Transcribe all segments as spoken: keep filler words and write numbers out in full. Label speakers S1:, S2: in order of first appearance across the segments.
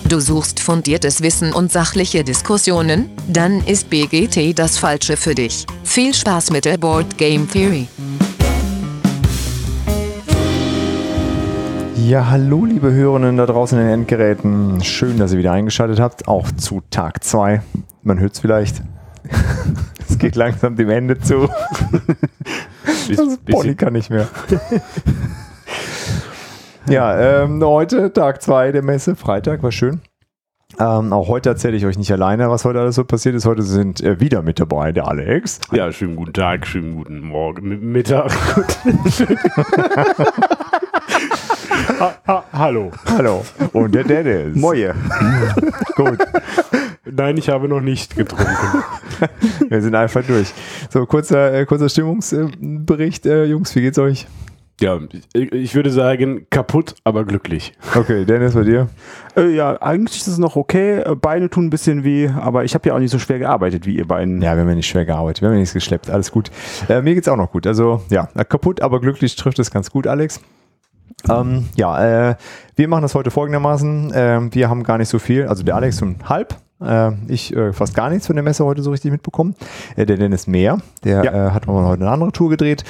S1: Du suchst fundiertes Wissen und sachliche Diskussionen? Dann ist B G T das Falsche für dich. Viel Spaß mit der Board Game Theory.
S2: Ja, hallo liebe Hörerinnen da draußen in den Endgeräten. Schön, dass ihr wieder eingeschaltet habt, auch zu Tag zwei. Man hört es vielleicht. Es geht langsam dem Ende zu. Das Pony kann nicht mehr. Ja, ähm, heute Tag zwei der Messe, Freitag, war schön. Ähm, auch heute erzähle ich euch nicht alleine, was heute alles so passiert ist. Heute sind äh, wieder mit dabei der Alex.
S3: Ja, schönen guten Tag, schönen guten Morgen, Mittag. ha, ha, hallo.
S2: Hallo. Und der Dennis.
S4: Moje.
S2: Gut.
S3: Nein, ich habe noch nicht getrunken.
S2: Wir sind einfach durch. So, kurzer, äh, kurzer Stimmungsbericht. Äh, Jungs, wie geht's euch?
S3: Ja, ich, ich würde sagen, kaputt, aber glücklich.
S2: Okay, Dennis, bei dir?
S4: Äh, ja, eigentlich ist es noch okay. Beine tun ein bisschen weh, aber ich habe ja auch nicht so schwer gearbeitet wie ihr beiden.
S2: Ja, wir haben ja nicht schwer gearbeitet, wir haben ja nichts geschleppt, alles gut. Äh, mir geht's auch noch gut. Also, ja, kaputt, aber glücklich trifft es ganz gut, Alex. Ähm, ja, äh, wir machen das heute folgendermaßen. Äh, wir haben gar nicht so viel, also der Alex um halb. Äh, ich äh, fast gar nichts von der Messe heute so richtig mitbekommen. Äh, der Dennis mehr, der
S4: Ja.
S2: äh, hat mal heute eine andere Tour gedreht.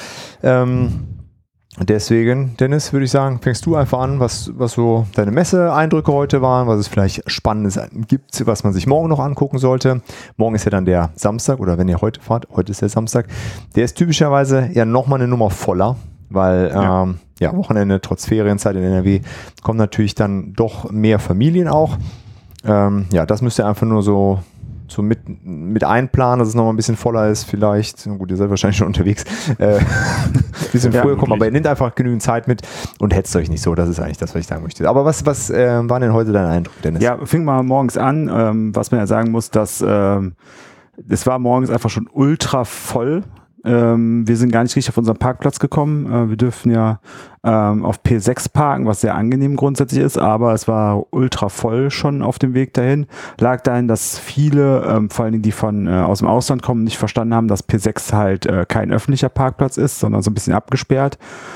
S2: Ähm, Deswegen, Dennis, würde ich sagen, fängst du einfach an, was, was so deine Messe-Eindrücke heute waren, was es vielleicht Spannendes gibt, was man sich morgen noch angucken sollte. Morgen ist ja dann der Samstag, oder wenn ihr heute fahrt, heute ist der Samstag. Der ist typischerweise ja nochmal eine Nummer voller, weil ja. Ähm, ja, Wochenende trotz Ferienzeit in N R W kommen natürlich dann doch mehr Familien auch. Ähm, ja, das müsst ihr einfach nur so... so mit, mit einplanen, dass es nochmal ein bisschen voller ist vielleicht. Gut, ihr seid wahrscheinlich schon unterwegs. Äh, ein bisschen
S4: ja,
S2: früher kommen, aber ihr nehmt einfach genügend Zeit mit und hetzt euch nicht so. Das ist eigentlich das, was ich sagen möchte. Aber was, was äh, war denn heute dein Eindruck, Dennis?
S4: Ja, fing mal morgens an, ähm, was man ja sagen muss, dass ähm, es war morgens einfach schon ultra voll. Ähm, wir sind gar nicht richtig auf unseren Parkplatz gekommen. Äh, wir dürfen ja ähm, auf P sechs parken, was sehr angenehm grundsätzlich ist, aber es war ultra voll schon auf dem Weg dahin. Lag dahin, dass viele, ähm, vor allen Dingen die von äh, aus dem Ausland kommen, nicht verstanden haben, dass P sechs halt äh, kein öffentlicher Parkplatz ist, sondern so ein bisschen abgesperrt.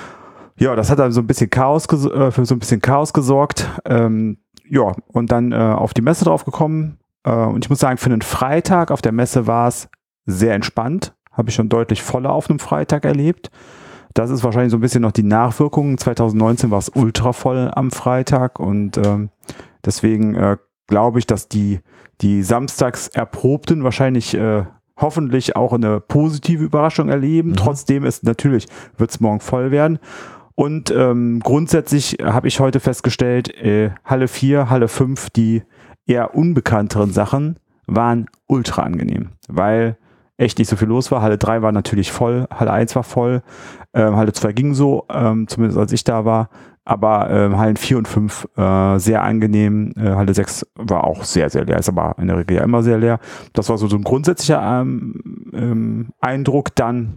S4: Ja, das hat dann so ein bisschen Chaos ges- äh, für so ein bisschen Chaos gesorgt. Ähm, ja, und dann äh, auf die Messe drauf gekommen. Äh, und ich muss sagen, für einen Freitag auf der Messe war es sehr entspannt. Habe ich schon deutlich voller auf einem Freitag erlebt. Das ist wahrscheinlich so ein bisschen noch die Nachwirkung. zwanzig neunzehn war es ultra voll am Freitag und ähm, deswegen äh, glaube ich, dass die, die samstags Erprobten wahrscheinlich äh, hoffentlich auch eine positive Überraschung erleben. Mhm. Trotzdem ist natürlich, wird es morgen voll werden. Und ähm, grundsätzlich habe ich heute festgestellt, äh, Halle vier, Halle fünf, die eher unbekannteren Sachen waren ultra angenehm, weil echt nicht so viel los war. Halle drei war natürlich voll, Halle eins war voll, ähm, Halle zwei ging so, ähm, zumindest als ich da war, aber ähm, Hallen vier und fünf äh, sehr angenehm, äh, Halle sechs war auch sehr, sehr leer, ist aber in der Regel ja immer sehr leer. Das war so, so ein grundsätzlicher ähm, ähm, Eindruck. Dann,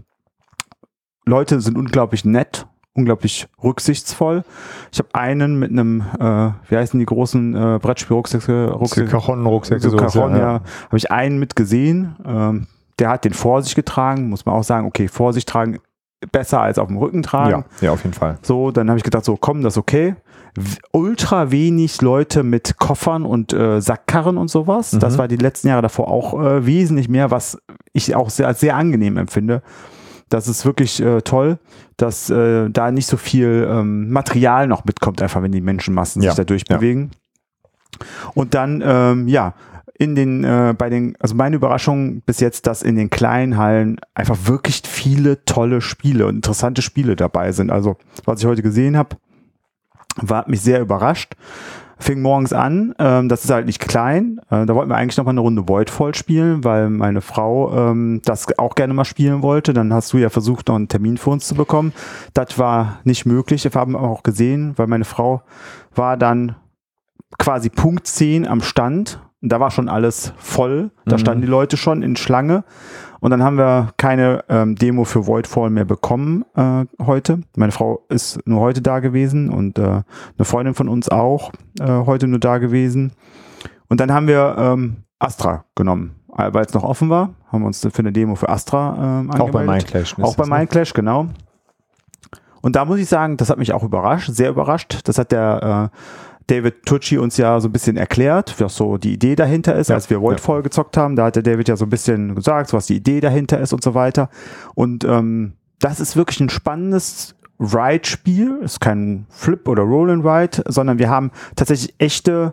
S4: Leute sind unglaublich nett, unglaublich rücksichtsvoll. Ich habe einen mit einem, äh, wie heißen die großen äh, Brettspiel-Rucksäcke?
S2: Rucksäcke, Cajon-Rucksäcke.
S4: So Cajon,
S2: ja.
S4: ja. Habe ich einen mit gesehen, ähm, der hat den vor sich getragen, muss man auch sagen, okay, vor sich tragen, besser als auf dem Rücken tragen.
S2: Ja, ja, auf jeden Fall.
S4: So, dann habe ich gedacht, so komm, das ist okay. W- ultra wenig Leute mit Koffern und äh, Sackkarren und sowas.
S2: Mhm.
S4: Das war die letzten Jahre davor auch äh, wesentlich mehr, was ich auch sehr, als sehr angenehm empfinde. Das ist wirklich äh, toll, dass äh, da nicht so viel ähm, Material noch mitkommt, einfach wenn die Menschenmassen
S2: Ja,
S4: sich da durchbewegen. Ja. Und dann, ähm, ja, in den, äh, bei den, also meine Überraschung bis jetzt, dass in den kleinen Hallen einfach wirklich viele tolle Spiele und interessante Spiele dabei sind. Also, was ich heute gesehen habe, war hat mich sehr überrascht. Fing morgens an, ähm, das ist halt nicht klein. Äh, da wollten wir eigentlich noch mal eine Runde Voidfall spielen, weil meine Frau ähm, das auch gerne mal spielen wollte. Dann hast du ja versucht, noch einen Termin für uns zu bekommen. Das war nicht möglich. Wir haben auch gesehen, weil meine Frau war dann quasi Punkt zehn am Stand. Da war schon alles voll. Da mhm. standen die Leute schon in Schlange. Und dann haben wir keine ähm, Demo für Voidfall mehr bekommen äh, heute. Meine Frau ist nur heute da gewesen und äh, eine Freundin von uns auch äh, heute nur da gewesen. Und dann haben wir ähm, Astra genommen, weil es noch offen war. Haben wir uns für eine Demo für Astra ähm, angemeldet.
S2: Auch bei Mindclash.
S4: Auch bei Mindclash, genau. Und da muss ich sagen, das hat mich auch überrascht, sehr überrascht. Das hat der, äh, David Tucci uns ja so ein bisschen erklärt, was so die Idee dahinter ist,
S2: Ja,
S4: als wir Voidfall ja. gezockt haben. Da hat der David ja so ein bisschen gesagt, was die Idee dahinter ist und so weiter. Und ähm, das ist wirklich ein spannendes Ride-Spiel. Ist kein Flip oder Roll-and-Ride, sondern wir haben tatsächlich echte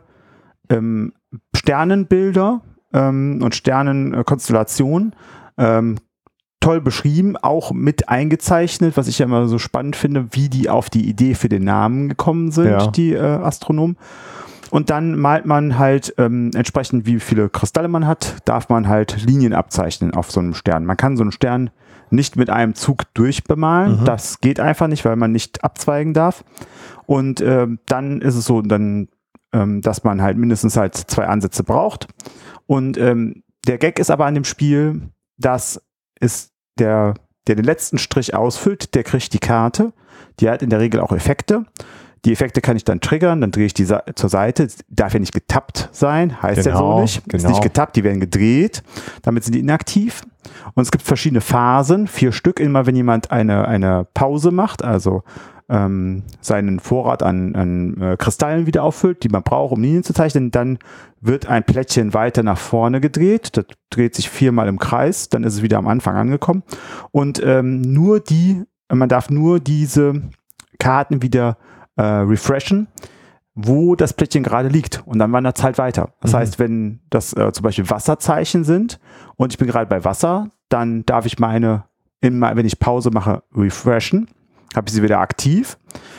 S4: ähm, Sternenbilder ähm, und Sternenkonstellationen. Ähm, toll beschrieben, auch mit eingezeichnet, was ich ja immer so spannend finde, wie die auf die Idee für den Namen gekommen sind, ja. die äh, Astronomen. Und dann malt man halt ähm, entsprechend, wie viele Kristalle man hat, darf man halt Linien abzeichnen auf so einem Stern. Man kann so einen Stern nicht mit einem Zug durchbemalen. Mhm. Das geht einfach nicht, weil man nicht abzweigen darf. Und äh, dann ist es so, dann, ähm, dass man halt mindestens halt zwei Ansätze braucht. Und ähm, der Gag ist aber an dem Spiel, dass es der, der den letzten Strich ausfüllt, der kriegt die Karte. Die hat in der Regel auch Effekte. Die Effekte kann ich dann triggern, dann drehe ich die Sa- zur Seite. Darf ja nicht getappt sein, heißt genau, ja so nicht. Genau. Ist nicht getappt, die werden gedreht. Damit sind die inaktiv. Und es gibt verschiedene Phasen, vier Stück, immer wenn jemand eine, eine Pause macht, also ähm, seinen Vorrat an, an äh, Kristallen wieder auffüllt, die man braucht, um Linien zu zeichnen, dann wird ein Plättchen weiter nach vorne gedreht. Das dreht sich viermal im Kreis, dann ist es wieder am Anfang angekommen. Und ähm, nur die, man darf nur diese Karten wieder äh, refreshen, wo das Plättchen gerade liegt. Und dann wandert es halt weiter. Das mhm. heißt, wenn das äh, zum Beispiel Wasserzeichen sind und ich bin gerade bei Wasser, dann darf ich meine, immer, wenn ich Pause mache, refreshen. Habe ich sie wieder aktiv.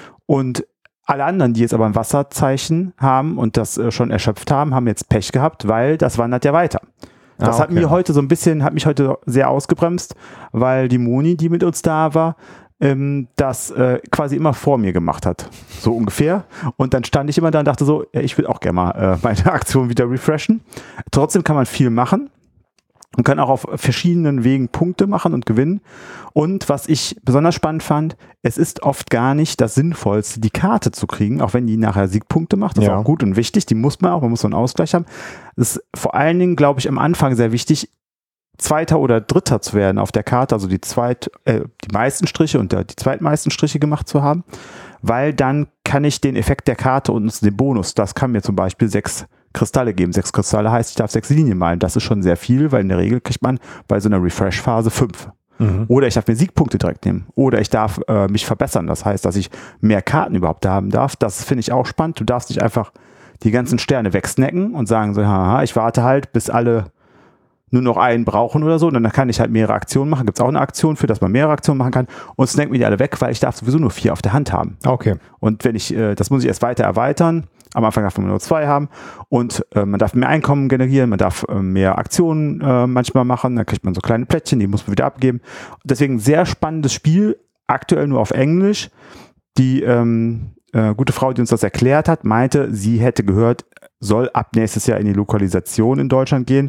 S4: Und alle anderen, die jetzt aber ein Wasserzeichen haben und das äh, schon erschöpft haben, haben jetzt Pech gehabt, weil das wandert ja weiter. Das ah, okay. hat mir heute so ein bisschen, hat mich heute sehr ausgebremst, weil die Moni, die mit uns da war, ähm, das äh, quasi immer vor mir gemacht hat. So ungefähr. Und dann stand ich immer da und dachte so, ja, ich will auch gerne mal äh, meine Aktion wieder refreshen. Trotzdem kann man viel machen. Man kann auch auf verschiedenen Wegen Punkte machen und gewinnen. Und was ich besonders spannend fand, es ist oft gar nicht das Sinnvollste, die Karte zu kriegen, auch wenn die nachher Siegpunkte macht. Das ja. ist auch gut und wichtig. Die muss man auch, man muss so einen Ausgleich haben. Das ist vor allen Dingen, glaube ich, am Anfang sehr wichtig, Zweiter oder Dritter zu werden auf der Karte, also die zweit, äh, die meisten Striche und der, die zweitmeisten Striche gemacht zu haben, weil dann kann ich den Effekt der Karte und den Bonus, das kann mir zum Beispiel sechs Kristalle geben. Sechs Kristalle heißt, ich darf sechs Linien malen. Das ist schon sehr viel, weil in der Regel kriegt man bei so einer Refresh-Phase fünf. Mhm. Oder ich darf mir Siegpunkte direkt nehmen. Oder ich darf äh, mich verbessern. Das heißt, dass ich mehr Karten überhaupt haben darf. Das finde ich auch spannend. Du darfst nicht einfach die ganzen Sterne wegsnacken und sagen so, haha, ich warte halt, bis alle nur noch einen brauchen oder so. Und dann kann ich halt mehrere Aktionen machen. Gibt es auch eine Aktion für, dass man mehrere Aktionen machen kann. Und snack mir die alle weg, weil ich darf sowieso nur vier auf der Hand haben.
S2: Okay.
S4: Und wenn ich, äh, das muss ich erst weiter erweitern. Am Anfang darf man nur zwei haben und äh, man darf mehr Einkommen generieren, man darf äh, mehr Aktionen äh, manchmal machen, dann kriegt man so kleine Plättchen, die muss man wieder abgeben. Deswegen sehr spannendes Spiel, aktuell nur auf Englisch. Die ähm, äh, gute Frau, die uns das erklärt hat, meinte, sie hätte gehört, soll ab nächstes Jahr in die Lokalisation in Deutschland gehen.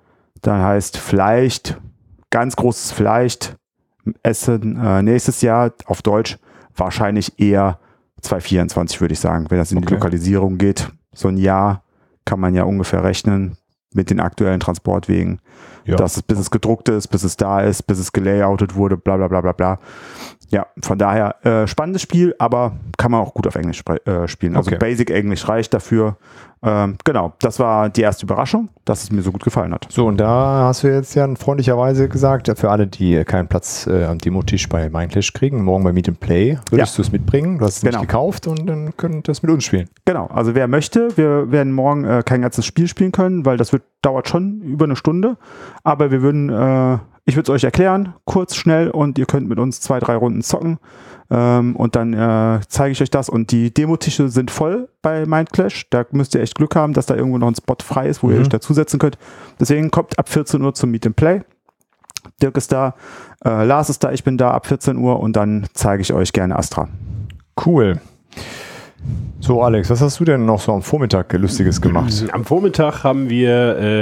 S4: Da heißt vielleicht, ganz großes Vielleicht, Essen äh, nächstes Jahr auf Deutsch wahrscheinlich eher zwanzig vierundzwanzig würde ich sagen, wenn das in die okay. Lokalisierung geht. So ein Jahr kann man ja ungefähr rechnen mit den aktuellen Transportwegen. Ja. Dass es, bis es gedruckt ist, bis es da ist, bis es gelayoutet wurde, bla bla bla bla bla. Ja, von daher äh, spannendes Spiel, aber kann man auch gut auf Englisch äh, spielen. Also okay. Basic Englisch reicht dafür. Ähm, genau, das war die erste Überraschung, dass es mir so gut gefallen hat.
S2: So, und da hast du jetzt ja freundlicherweise gesagt, für alle, die keinen Platz äh, am Demo-Tisch bei Mindclash kriegen, morgen bei Meet and Play, würdest ja. du es mitbringen? Du hast es genau. nicht gekauft und dann könnt ihr das mit uns spielen.
S4: Genau, also wer möchte, wir werden morgen äh, kein ganzes Spiel spielen können, weil das wird, dauert schon über eine Stunde, aber wir würden, äh, ich würde es euch erklären, kurz, schnell und ihr könnt mit uns zwei, drei Runden zocken. Ähm, und dann äh, zeige ich euch das. Und die Demotische sind voll bei Mindclash. Da müsst ihr echt Glück haben, dass da irgendwo noch ein Spot frei ist, wo mhm. ihr euch dazusetzen könnt. Deswegen kommt ab vierzehn Uhr zum Meet and Play. Dirk ist da, äh, Lars ist da, ich bin da ab vierzehn Uhr und dann zeige ich euch gerne Astra.
S2: Cool. So, Alex, was hast du denn noch so am Vormittag Lustiges gemacht?
S3: Am Vormittag haben wir äh,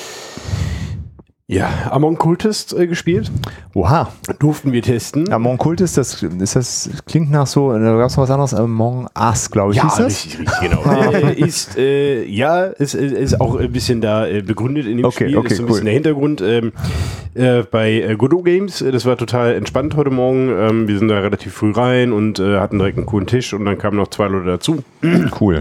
S3: ja, Amon Cultist äh, gespielt.
S2: Oha.
S3: Durften wir testen.
S2: Amon Cultist, das, ist das klingt nach so, da gab es noch was anderes, Among Us, glaube ich,
S3: ja,
S2: hieß das?
S3: Richtig, richtig, genau. äh, ist, äh, ja, ist, ist auch ein bisschen da äh, begründet in dem
S2: okay,
S3: Spiel.
S2: Okay,
S3: ist so ein
S2: cool.
S3: bisschen der Hintergrund. Ähm, äh, bei äh, Godot Games, äh, das war total entspannt heute Morgen. Ähm, wir sind da relativ früh rein und äh, hatten direkt einen coolen Tisch und dann kamen noch zwei Leute dazu.
S2: Cool.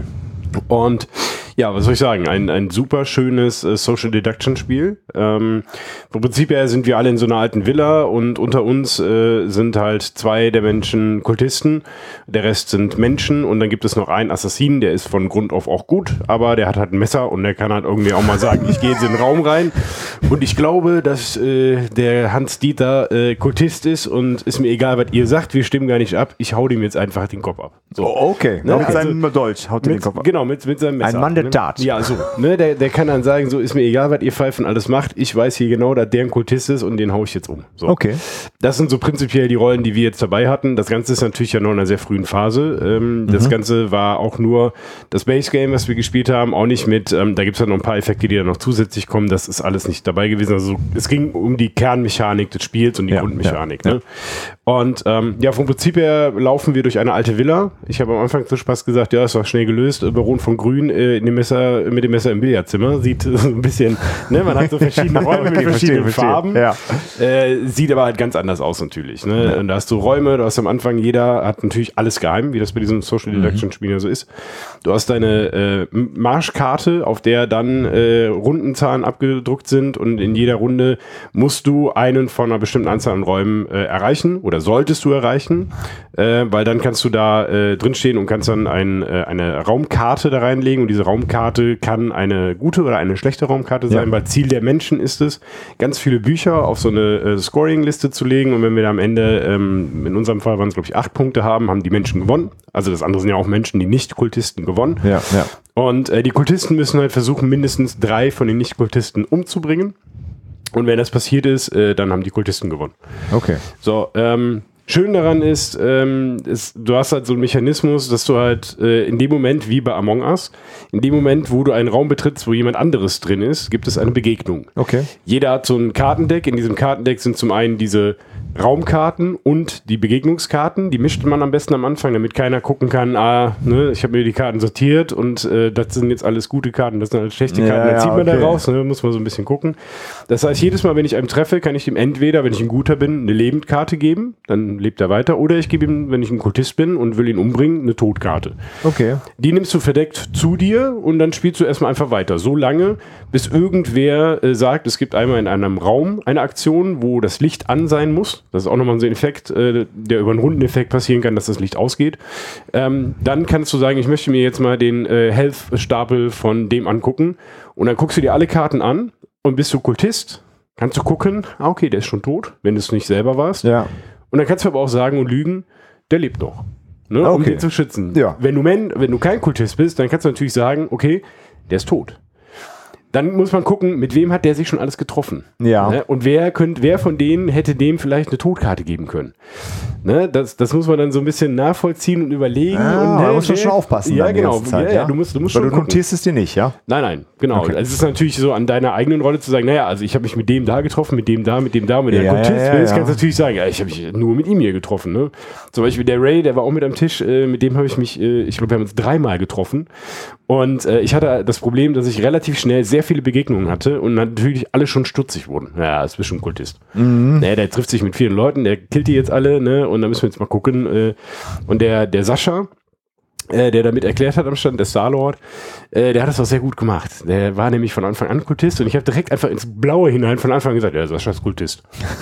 S3: Und ja, was soll ich sagen? Ein, ein super schönes äh, Social Deduction Spiel. Ähm, vom Prinzip her sind wir alle in so einer alten Villa und unter uns äh, sind halt zwei der Menschen Kultisten, der Rest sind Menschen und dann gibt es noch einen Assassinen, der ist von Grund auf auch gut, aber der hat halt ein Messer und der kann halt irgendwie auch mal sagen, ich gehe jetzt in den Raum rein und ich glaube, dass äh, der Hans-Dieter äh, Kultist ist und ist mir egal, was ihr sagt, wir stimmen gar nicht ab, ich hau dem jetzt einfach den Kopf ab. So.
S2: Oh, okay.
S3: Ne?
S4: Mit
S3: Also,
S4: seinem Dolch haut er den
S3: mit,
S4: Kopf ab.
S3: genau, mit, mit seinem Messer.
S2: Ein Mann der
S3: ne?
S2: Tat.
S3: Ja, so. Ne? Der, der kann dann sagen, so ist mir egal, was ihr Pfeifen alles macht. Ich weiß hier genau, dass der ein Kultist ist und den hau ich jetzt um. So.
S2: Okay.
S3: Das sind so prinzipiell die Rollen, die wir jetzt dabei hatten. Das Ganze ist natürlich ja noch in einer sehr frühen Phase. Ähm, mhm. Das Ganze war auch nur das Base Game, was wir gespielt haben, auch nicht mit, ähm, da gibt es ja noch ein paar Effekte, die dann noch zusätzlich kommen. Das ist alles nicht dabei gewesen. Also es ging um die Kernmechanik des Spiels und die
S2: Ja,
S3: Grundmechanik.
S2: ja,
S3: Ne? Und ähm, ja, vom Prinzip her laufen wir durch eine alte Villa. Ich habe am Anfang zu Spaß gesagt, ja, ist doch schnell gelöst. Baron von Grün äh, in dem Messer, mit dem Messer im Billardzimmer. Sieht so ein bisschen, ne, man hat so verschiedene Räume mit
S2: Okay,
S3: verschiedenen
S2: verstehe,
S3: Farben.
S2: verstehe. Ja.
S3: Äh, sieht aber halt ganz anders aus natürlich. Ne? Ja. Und da hast du Räume, du hast am Anfang, jeder hat natürlich alles geheim, wie das bei diesen Social Deduction Spielen ja so ist. Du hast deine äh, Marschkarte, auf der dann äh, Rundenzahlen abgedruckt sind und in jeder Runde musst du einen von einer bestimmten Anzahl an Räumen äh, erreichen oder solltest du erreichen, äh, weil dann kannst du da äh, drinstehen und kannst dann ein, äh, eine Raumkarte da reinlegen und diese Raumkarte kann eine gute oder eine schlechte Raumkarte sein,
S2: Ja.
S3: weil Ziel der Menschen ist es, ganz viele Bücher auf so eine äh, Scoring-Liste zu legen und wenn wir da am Ende, ähm, in unserem Fall waren es glaube ich acht Punkte haben, haben die Menschen gewonnen. Also das andere sind ja auch Menschen, die nicht Kultisten gewonnen.
S2: Ja, ja.
S3: Und äh, die Kultisten müssen halt versuchen, mindestens drei von den Nicht-Kultisten umzubringen. Und wenn das passiert ist, äh, dann haben die Kultisten gewonnen.
S2: Okay.
S3: So, ähm, schön daran ist, ähm, ist, du hast halt so einen Mechanismus, dass du halt äh, in dem Moment, wie bei Among Us, in dem Moment, wo du einen Raum betrittst, wo jemand anderes drin ist, gibt es eine Begegnung.
S2: Okay.
S3: Jeder hat so ein Kartendeck. In diesem Kartendeck sind zum einen diese Raumkarten und die Begegnungskarten. Die mischt man am besten am Anfang, damit keiner gucken kann, ah, ne, ich habe mir die Karten sortiert und äh, das sind jetzt alles gute Karten, das sind alles schlechte
S2: Ja,
S3: Karten. Dann
S2: ja,
S3: zieht man
S2: okay.
S3: da raus, ne, muss man so ein bisschen gucken. Das heißt, jedes Mal, wenn ich einen treffe, kann ich ihm entweder, wenn ich ein Guter bin, eine Lebendkarte geben, dann lebt er weiter, oder ich gebe ihm, wenn ich ein Kultist bin und will ihn umbringen, eine Todkarte.
S2: Okay.
S3: Die nimmst du verdeckt zu dir und dann spielst du erstmal einfach weiter. So lange, bis irgendwer äh, sagt, es gibt einmal in einem Raum eine Aktion, wo das Licht an sein muss. Das ist auch nochmal so ein Effekt, äh, der über einen Rundeneffekt passieren kann, dass das Licht ausgeht. Ähm, dann kannst du sagen, ich möchte mir jetzt mal den äh, Health-Stapel von dem angucken. Und dann guckst du dir alle Karten an und bist du Kultist, kannst du gucken, ah okay, der ist schon tot, wenn du es nicht selber warst.
S2: Ja.
S3: Und dann kannst du aber auch sagen und lügen, der lebt noch. Ne, um
S2: Okay.
S3: den zu schützen.
S2: Ja.
S3: Wenn du, Men wenn du kein Kultist bist, dann kannst du natürlich sagen, okay, der ist tot. Dann muss man gucken, mit wem hat der sich schon alles getroffen.
S2: Ja.
S3: Ne? Und wer, könnt, wer von denen hätte dem vielleicht eine Todkarte geben können. Ne? Das, das muss man dann so ein bisschen nachvollziehen und überlegen.
S2: Ah,
S3: und,
S2: da
S3: ne,
S2: musst du
S3: wer-
S2: schon aufpassen
S3: Ja,
S2: dann die
S3: genau.
S2: ganze Zeit,
S3: ja, ja,
S2: ja?
S3: du musst, du musst
S2: Weil
S3: schon
S2: du
S3: gucken.
S2: notierst es dir nicht, ja?
S3: Nein, nein, genau.
S2: Okay.
S3: Also es ist natürlich so an deiner eigenen Rolle zu sagen, naja, also ich habe mich mit dem da getroffen, mit dem da, mit dem da, mit der
S2: Ja,
S3: Kultist.
S2: ja, ja,
S3: Jetzt
S2: ja.
S3: kannst du natürlich sagen, ja, ich habe mich nur mit ihm hier getroffen. Ne? Zum Beispiel der Ray, der war auch mit am Tisch, äh, mit dem habe ich mich, äh, ich glaube, wir haben uns dreimal getroffen. Und äh, ich hatte das Problem, dass ich relativ schnell sehr viele Begegnungen hatte und natürlich alle schon stutzig wurden. Ja, das ist schon ein Kultist.
S2: Mhm.
S3: Naja, der trifft sich mit vielen Leuten, der killt die jetzt alle, ne? Und da müssen wir jetzt mal gucken. Äh, und der, der Sascha, äh, der damit erklärt hat am Stand, der Star-Lord, äh, der hat das auch sehr gut gemacht. Der war nämlich von Anfang an Kultist und ich habe direkt einfach ins Blaue hinein von Anfang an gesagt, ja, Sascha ist Kultist.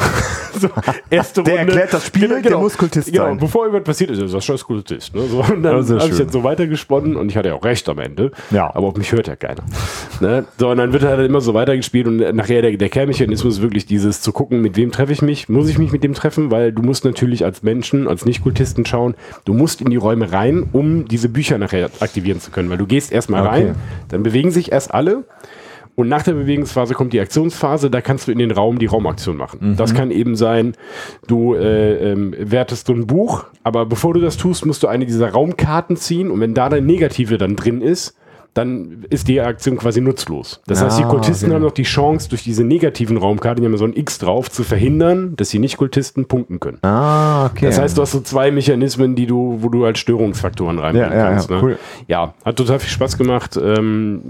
S3: so, erste
S2: Der
S3: Runde.
S2: erklärt das Spiel, der muss Kultist
S3: genau,
S2: sein.
S3: bevor irgendwas passiert ist, ja, Sascha ist Kultist. Ne? So, und dann
S2: Ja, sehr
S3: habe ich
S2: schön.
S3: jetzt so weitergesponnen und ich hatte ja auch recht am Ende.
S2: Ja.
S3: Aber auf mich hört ja keiner. Ne? So, und dann wird halt immer so weitergespielt und nachher der, der Kernmechanismus ist wirklich dieses zu gucken, mit wem treffe ich mich, muss ich mich mit dem treffen, weil du musst natürlich als Menschen, als Nicht-Kultisten schauen, du musst in die Räume rein, um diese Bücher nachher aktivieren zu können, weil du gehst erstmal
S2: Okay.
S3: rein, dann bewegen sich erst alle und nach der Bewegungsphase kommt die Aktionsphase, da kannst du in den Raum die Raumaktion machen.
S2: Mhm.
S3: Das kann eben sein, du äh, ähm, wertest so ein Buch, aber bevor du das tust, musst du eine dieser Raumkarten ziehen und wenn da eine Negative dann drin ist, dann ist die Aktion quasi nutzlos. Das heißt, die
S2: Ah,
S3: Kultisten
S2: okay.
S3: haben noch die Chance, durch diese negativen Raumkarten, die haben so ein X drauf, zu verhindern, dass die Nicht-Kultisten punkten können.
S2: Ah, okay.
S3: Das heißt, du hast so zwei Mechanismen, die du, wo du als Störungsfaktoren reinbringen
S2: Ja, ja,
S3: kannst.
S2: ja,
S3: ne?
S2: cool.
S3: Ja, hat total viel Spaß gemacht. Ähm,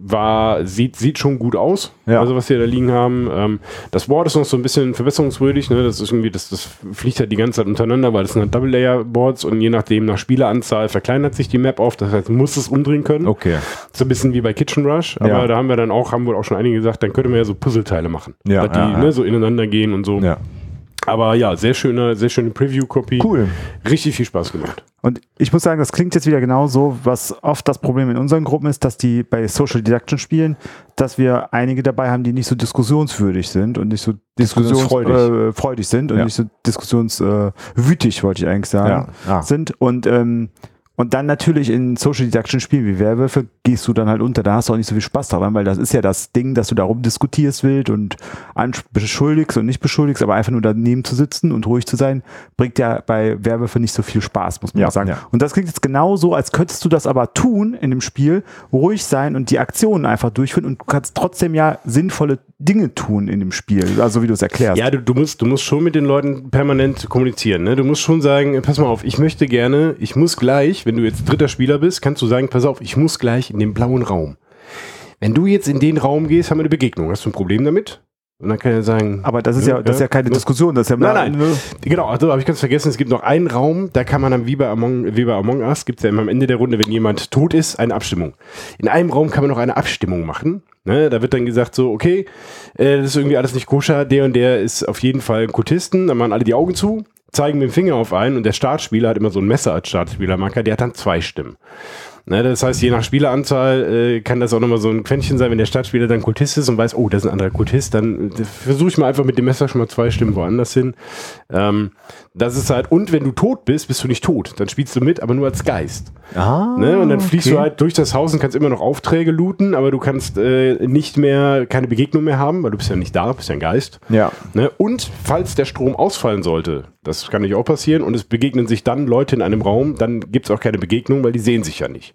S3: war, sieht, sieht schon gut aus,
S2: Ja.
S3: also was die da liegen haben. Ähm, das Board ist noch so ein bisschen verbesserungswürdig, ne? Das ist irgendwie, das, das fliegt halt die ganze Zeit untereinander, weil das sind halt Double-Layer-Boards und je nachdem nach Spieleranzahl verkleinert sich die Map auf, das heißt, man muss es umdrehen können.
S2: Okay.
S3: So ein bisschen wie bei Kitchen Rush, aber
S2: Ja.
S3: da haben wir dann auch, haben wohl auch schon einige gesagt, dann könnte man ja so Puzzleteile machen,
S2: Ja,
S3: dass die
S2: ja, ja.
S3: Ne, so ineinander gehen und so.
S2: Ja.
S3: Aber ja, sehr schöne, sehr schöne Preview-Copy.
S2: Cool.
S3: Richtig viel Spaß gemacht.
S4: Und ich muss sagen, das klingt jetzt wieder genau so, was oft das Problem in unseren Gruppen ist, dass die bei Social Deduction Spielen, dass wir einige dabei haben, die nicht so diskussionswürdig sind und nicht so
S2: Diskussionsfreudig.
S4: diskussionsfreudig äh, freudig sind und
S2: Ja.
S4: nicht so diskussionswütig, äh, wollte ich eigentlich sagen,
S2: Ja. Ah.
S4: sind. Und ähm, Und dann natürlich in Social Deduction Spielen wie Werwölfe gehst du dann halt unter, da hast du auch nicht so viel Spaß daran, weil das ist ja das Ding, dass du darum diskutierst wild und beschuldigst und nicht beschuldigst, aber einfach nur daneben zu sitzen und ruhig zu sein, bringt ja bei Werwölfe nicht so viel Spaß, muss man
S2: Ja,
S4: auch sagen.
S2: ja.
S4: Und das klingt jetzt genau so, als könntest du das aber tun in dem Spiel, ruhig sein und die Aktionen einfach durchführen und du kannst trotzdem ja sinnvolle Dinge tun in dem Spiel, also wie du es erklärst.
S3: Ja, du, du, musst, du musst schon mit den Leuten permanent kommunizieren. Ne? Du musst schon sagen, pass mal auf, ich möchte gerne, ich muss gleich, wenn du jetzt dritter Spieler bist, kannst du sagen, pass auf, ich muss gleich in den blauen Raum. Wenn du jetzt in den Raum gehst, haben wir eine Begegnung. Hast du ein Problem damit? Und dann kann er sagen...
S4: Aber das ist ja, das ist ja keine
S3: ne?
S4: Diskussion. Das ist ja
S3: Nein, nein. Genau, also habe ich ganz vergessen, es gibt noch einen Raum, da kann man dann wie bei Among, wie bei Among Us, gibt es ja immer am Ende der Runde, wenn jemand tot ist, eine Abstimmung. In einem Raum kann man noch eine Abstimmung machen. Ne? Da wird dann gesagt so, okay, äh, das ist irgendwie alles nicht koscher, der und der ist auf jeden Fall ein Kultisten, dann machen alle die Augen zu, zeigen mit dem Finger auf einen und der Startspieler hat immer so ein Messer als Startspielermarker, der hat dann zwei Stimmen. Ne, das heißt, je nach Spieleranzahl äh, kann das auch nochmal so ein Quäntchen sein, wenn der Startspieler dann Kultist ist und weiß, oh, das ist ein anderer Kultist, dann äh, versuche ich mal einfach mit dem Messer schon mal zwei Stimmen woanders hin. Ähm, das ist halt, und wenn du tot bist, bist du nicht tot. Dann spielst du mit, aber nur als Geist.
S2: Ah,
S3: Ne? Und dann fliegst
S2: okay.
S3: du halt durch das Haus und kannst immer noch Aufträge looten, aber du kannst äh, nicht mehr, keine Begegnung mehr haben, weil du bist ja nicht da, bist ja ein Geist.
S2: Ja.
S3: Ne? Und falls der Strom ausfallen sollte, das kann natürlich auch passieren, und es begegnen sich dann Leute in einem Raum, dann gibt es auch keine Begegnung, weil die sehen sich ja nicht.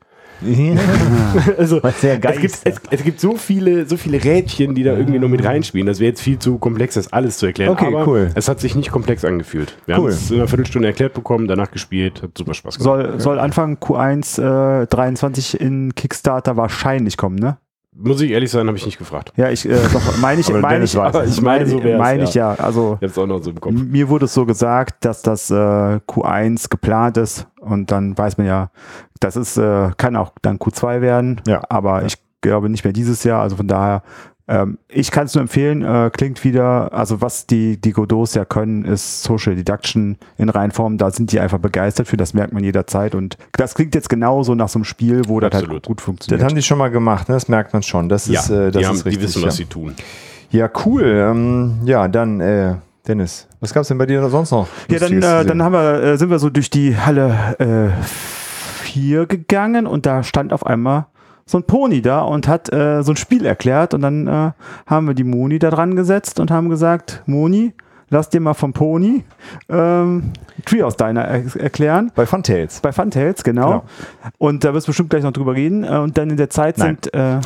S3: Also
S2: Was sehr geil
S3: es, gibt,
S2: ist.
S3: es, es gibt so viele, so viele Rädchen, die da irgendwie nur mit reinspielen. Das wäre jetzt viel zu komplex, das alles zu erklären.
S2: Okay,
S3: aber
S2: cool.
S3: es hat sich nicht komplex angefühlt. Wir
S2: Cool.
S3: haben es in einer Viertelstunde erklärt bekommen, danach gespielt, hat super Spaß gemacht.
S4: Soll, soll Anfang Q eins äh, dreiundzwanzig in Kickstarter wahrscheinlich kommen, ne?
S3: Muss ich ehrlich sein, habe ich nicht gefragt.
S4: Ja, ich, äh, doch, meine ich,
S2: Aber
S4: meine
S2: Dennis
S4: ich,
S2: weiß
S3: es.
S4: ich meine,
S3: Ich meine, so wär's,
S4: meine ich ja. Also,
S3: Ich habe es auch noch so im Kopf.
S4: mir wurde es so gesagt, dass das äh, Q eins geplant ist und dann weiß man ja, das ist, äh, kann auch dann Q zwei werden,
S2: Ja.
S4: aber
S2: Ja.
S4: ich glaube nicht mehr dieses Jahr, also von daher, ähm, ich kann es nur empfehlen, äh, klingt wieder, also was die, die Godots ja können, ist Social Deduction in Reinform, da sind die einfach begeistert für, das merkt man jederzeit und das klingt jetzt genauso nach so einem Spiel, wo das halt
S3: Absolut.
S4: gut
S2: Das
S4: funktioniert.
S2: haben die schon mal gemacht, ne? Das merkt man schon. Das
S3: Ja,
S2: ist, äh, das
S3: die, haben,
S2: ist richtig.
S3: die wissen,
S2: ja.
S3: was sie tun.
S2: Ja, cool. Ähm, ja, dann, äh, Dennis, was gab es denn bei dir sonst noch?
S4: Ja, dann,
S2: Lustiges zu
S4: äh,
S2: sehen?
S4: dann haben wir, äh, sind wir so durch die Halle äh, vier gegangen und da stand auf einmal so ein Pony da und hat äh, so ein Spiel erklärt und dann äh, haben wir die Moni da dran gesetzt und haben gesagt, Moni, lass dir mal vom Pony ähm, Treehouse Diner er erklären.
S2: Bei Funtails.
S4: Bei Funtails, genau.
S2: Genau.
S4: Und da wirst du bestimmt gleich noch drüber reden. Äh, und dann in der Zeit
S2: Nein.
S4: sind... Äh,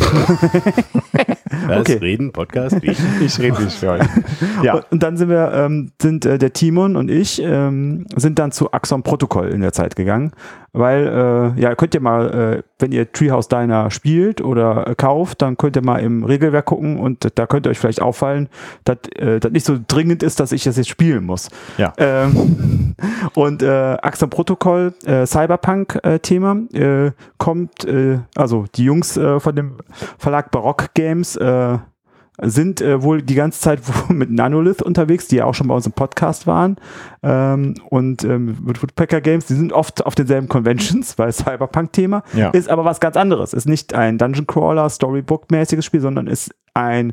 S3: Was?
S4: Okay.
S3: Reden, Podcast, wie?
S2: Ich rede nicht für euch. Ja.
S4: Und, und dann sind wir, ähm, sind äh, der Timon und ich ähm, sind dann zu Axon Protokoll in der Zeit gegangen, weil, äh, ja, könnt ihr mal, äh, wenn ihr Treehouse Diner spielt oder äh, kauft, dann könnt ihr mal im Regelwerk gucken und da könnt ihr euch vielleicht auffallen, dass äh, das nicht so dringend ist, dass ich das jetzt spielen muss.
S2: Ja.
S4: Ähm, und äh, Axon Protokoll, äh, Cyberpunk-Thema, äh, kommt, äh, also die Jungs äh, von dem Verlag Barock Games äh, sind äh, wohl die ganze Zeit mit Nanolith unterwegs, die ja auch schon bei uns im Podcast waren. Ähm, und ähm, mit Woodpecker Games, die sind oft auf denselben Conventions, weil Cyberpunk-Thema
S2: Ja.
S4: ist aber was ganz anderes. Ist nicht ein Dungeon Crawler, Storybook-mäßiges Spiel, sondern ist ein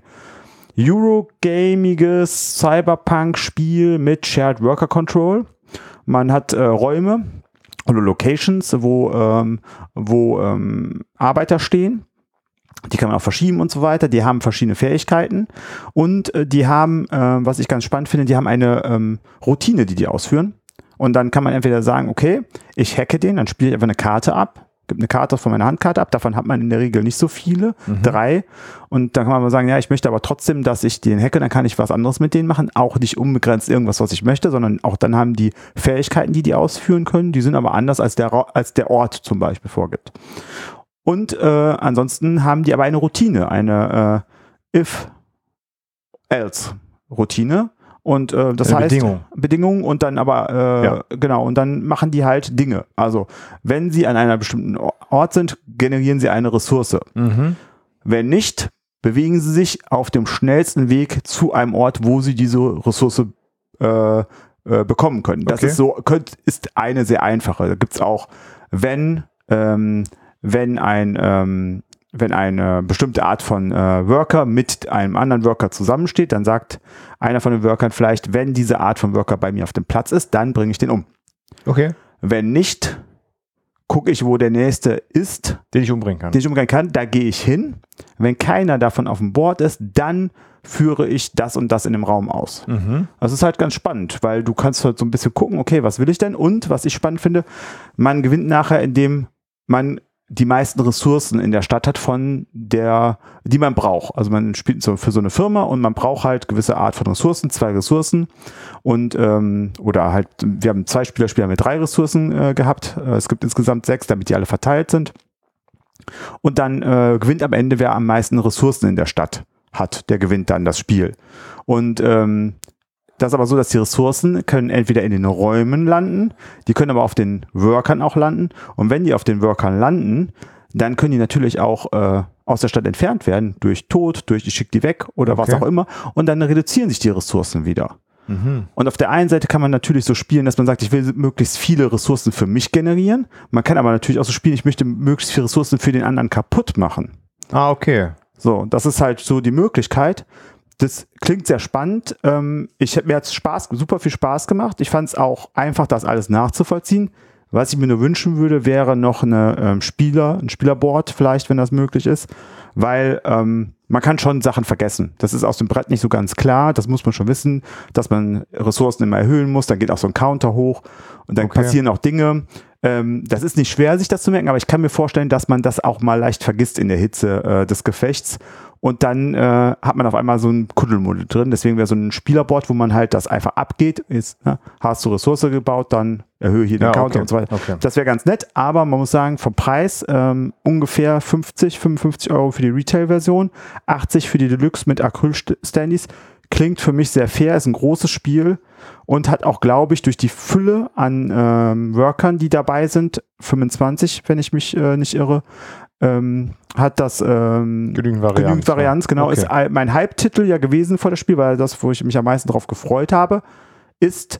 S4: Eurogamiges Cyberpunk-Spiel mit Shared Worker Control. Man hat äh, Räume oder Locations, wo, ähm, wo ähm, Arbeiter stehen. Die kann man auch verschieben und so weiter. Die haben verschiedene Fähigkeiten und äh, die haben, äh, was ich ganz spannend finde, die haben eine ähm, Routine, die die ausführen. Und dann kann man entweder sagen, okay, ich hacke den, dann spiele ich einfach eine Karte ab, gibt eine Karte von meiner Handkarte ab. Davon hat man in der Regel nicht so viele,
S2: Mhm.
S4: drei. Und dann kann man mal sagen, ja, ich möchte aber trotzdem, dass ich den hacke, dann kann ich was anderes mit denen machen. Auch nicht unbegrenzt irgendwas, was ich möchte, sondern auch dann haben die Fähigkeiten, die die ausführen können. Die sind aber anders als der, Ra- als der Ort zum Beispiel vorgibt. Und äh, ansonsten haben die aber eine Routine, eine äh, If-Else-Routine. Und äh, das
S2: Eine
S4: heißt
S2: Bedingung.
S4: Bedingungen und dann aber äh,
S2: Ja.
S4: genau, und dann machen die halt Dinge. Also wenn sie an einer bestimmten Ort sind, generieren sie eine Ressource.
S2: Mhm.
S4: Wenn nicht, bewegen sie sich auf dem schnellsten Weg zu einem Ort, wo sie diese Ressource äh, äh, bekommen können. Das
S2: Okay.
S4: ist so, könnt, ist eine sehr einfache. Da gibt es auch, wenn, ähm, wenn ein ähm, wenn eine bestimmte Art von äh, Worker mit einem anderen Worker zusammensteht, dann sagt einer von den Workern vielleicht, wenn diese Art von Worker bei mir auf dem Platz ist, dann bringe ich den um.
S2: Okay.
S4: Wenn nicht, gucke ich, wo der nächste ist,
S2: Den ich umbringen kann.
S4: den ich umgehen kann, da gehe ich hin. Wenn keiner davon auf dem Board ist, dann führe ich das und das in dem Raum aus.
S2: Mhm.
S4: Das ist halt ganz spannend, weil du kannst halt so ein bisschen gucken, okay, was will ich denn? Und was ich spannend finde, man gewinnt nachher, indem man die meisten Ressourcen in der Stadt hat von der, die man braucht. Also man spielt so für so eine Firma und man braucht halt gewisse Art von Ressourcen, zwei Ressourcen und ähm, oder halt, wir haben zwei Spielerspieler mit drei Ressourcen äh, gehabt. Äh, es gibt insgesamt sechs, damit die alle verteilt sind. Und dann äh, gewinnt am Ende, wer am meisten Ressourcen in der Stadt hat, der gewinnt dann das Spiel. Und ähm, das ist aber so, dass die Ressourcen können entweder in den Räumen landen, die können aber auf den Workern auch landen. Und wenn die auf den Workern landen, dann können die natürlich auch äh, aus der Stadt entfernt werden, durch Tod, durch ich schicke die weg oder was
S2: Okay.
S4: auch immer. Und dann reduzieren sich die Ressourcen wieder.
S2: Mhm.
S4: Und auf der einen Seite kann man natürlich so spielen, dass man sagt, ich will möglichst viele Ressourcen für mich generieren. Man kann aber natürlich auch so spielen, ich möchte möglichst viele Ressourcen für den anderen kaputt machen.
S2: Ah, okay.
S4: So, das ist halt so die Möglichkeit. Das klingt sehr spannend. Ähm, ich mir hat Spaß, super viel Spaß gemacht. Ich fand es auch einfach, das alles nachzuvollziehen. Was ich mir nur wünschen würde, wäre noch eine ähm, Spieler, ein Spielerboard vielleicht, wenn das möglich ist, weil ähm, man kann schon Sachen vergessen. Das ist aus dem Brett nicht so ganz klar. Das muss man schon wissen, dass man Ressourcen immer erhöhen muss. Dann geht auch so ein Counter hoch und dann
S2: Okay.
S4: passieren auch Dinge. Ähm, das ist nicht schwer, sich das zu merken, aber ich kann mir vorstellen, dass man das auch mal leicht vergisst in der Hitze äh, des Gefechts. Und dann äh, hat man auf einmal so ein Kuddelmuddel drin. Deswegen wäre so ein Spielerboard, wo man halt das einfach abgeht. Ist, ne? Hast du Ressource gebaut, dann erhöhe hier den
S2: Ja,
S4: Counter
S2: okay.
S4: und so weiter.
S2: Okay.
S4: Das wäre ganz nett, aber man muss sagen, vom Preis ähm, ungefähr fünfzig, fünfundfünfzig Euro für die Retail-Version, achtzig für die Deluxe mit Acryl-Standys. Klingt für mich sehr fair, ist ein großes Spiel und hat auch, glaube ich, durch die Fülle an ähm, Workern, die dabei sind, fünfundzwanzig, wenn ich mich äh, nicht irre, ähm, hat das ähm,
S2: Genügend Varianz.
S4: genügend Varianz, genau.
S2: Okay.
S4: Ist ein- mein Hype-Titel ja gewesen vor das Spiel, weil das, wo ich mich am meisten drauf gefreut habe, ist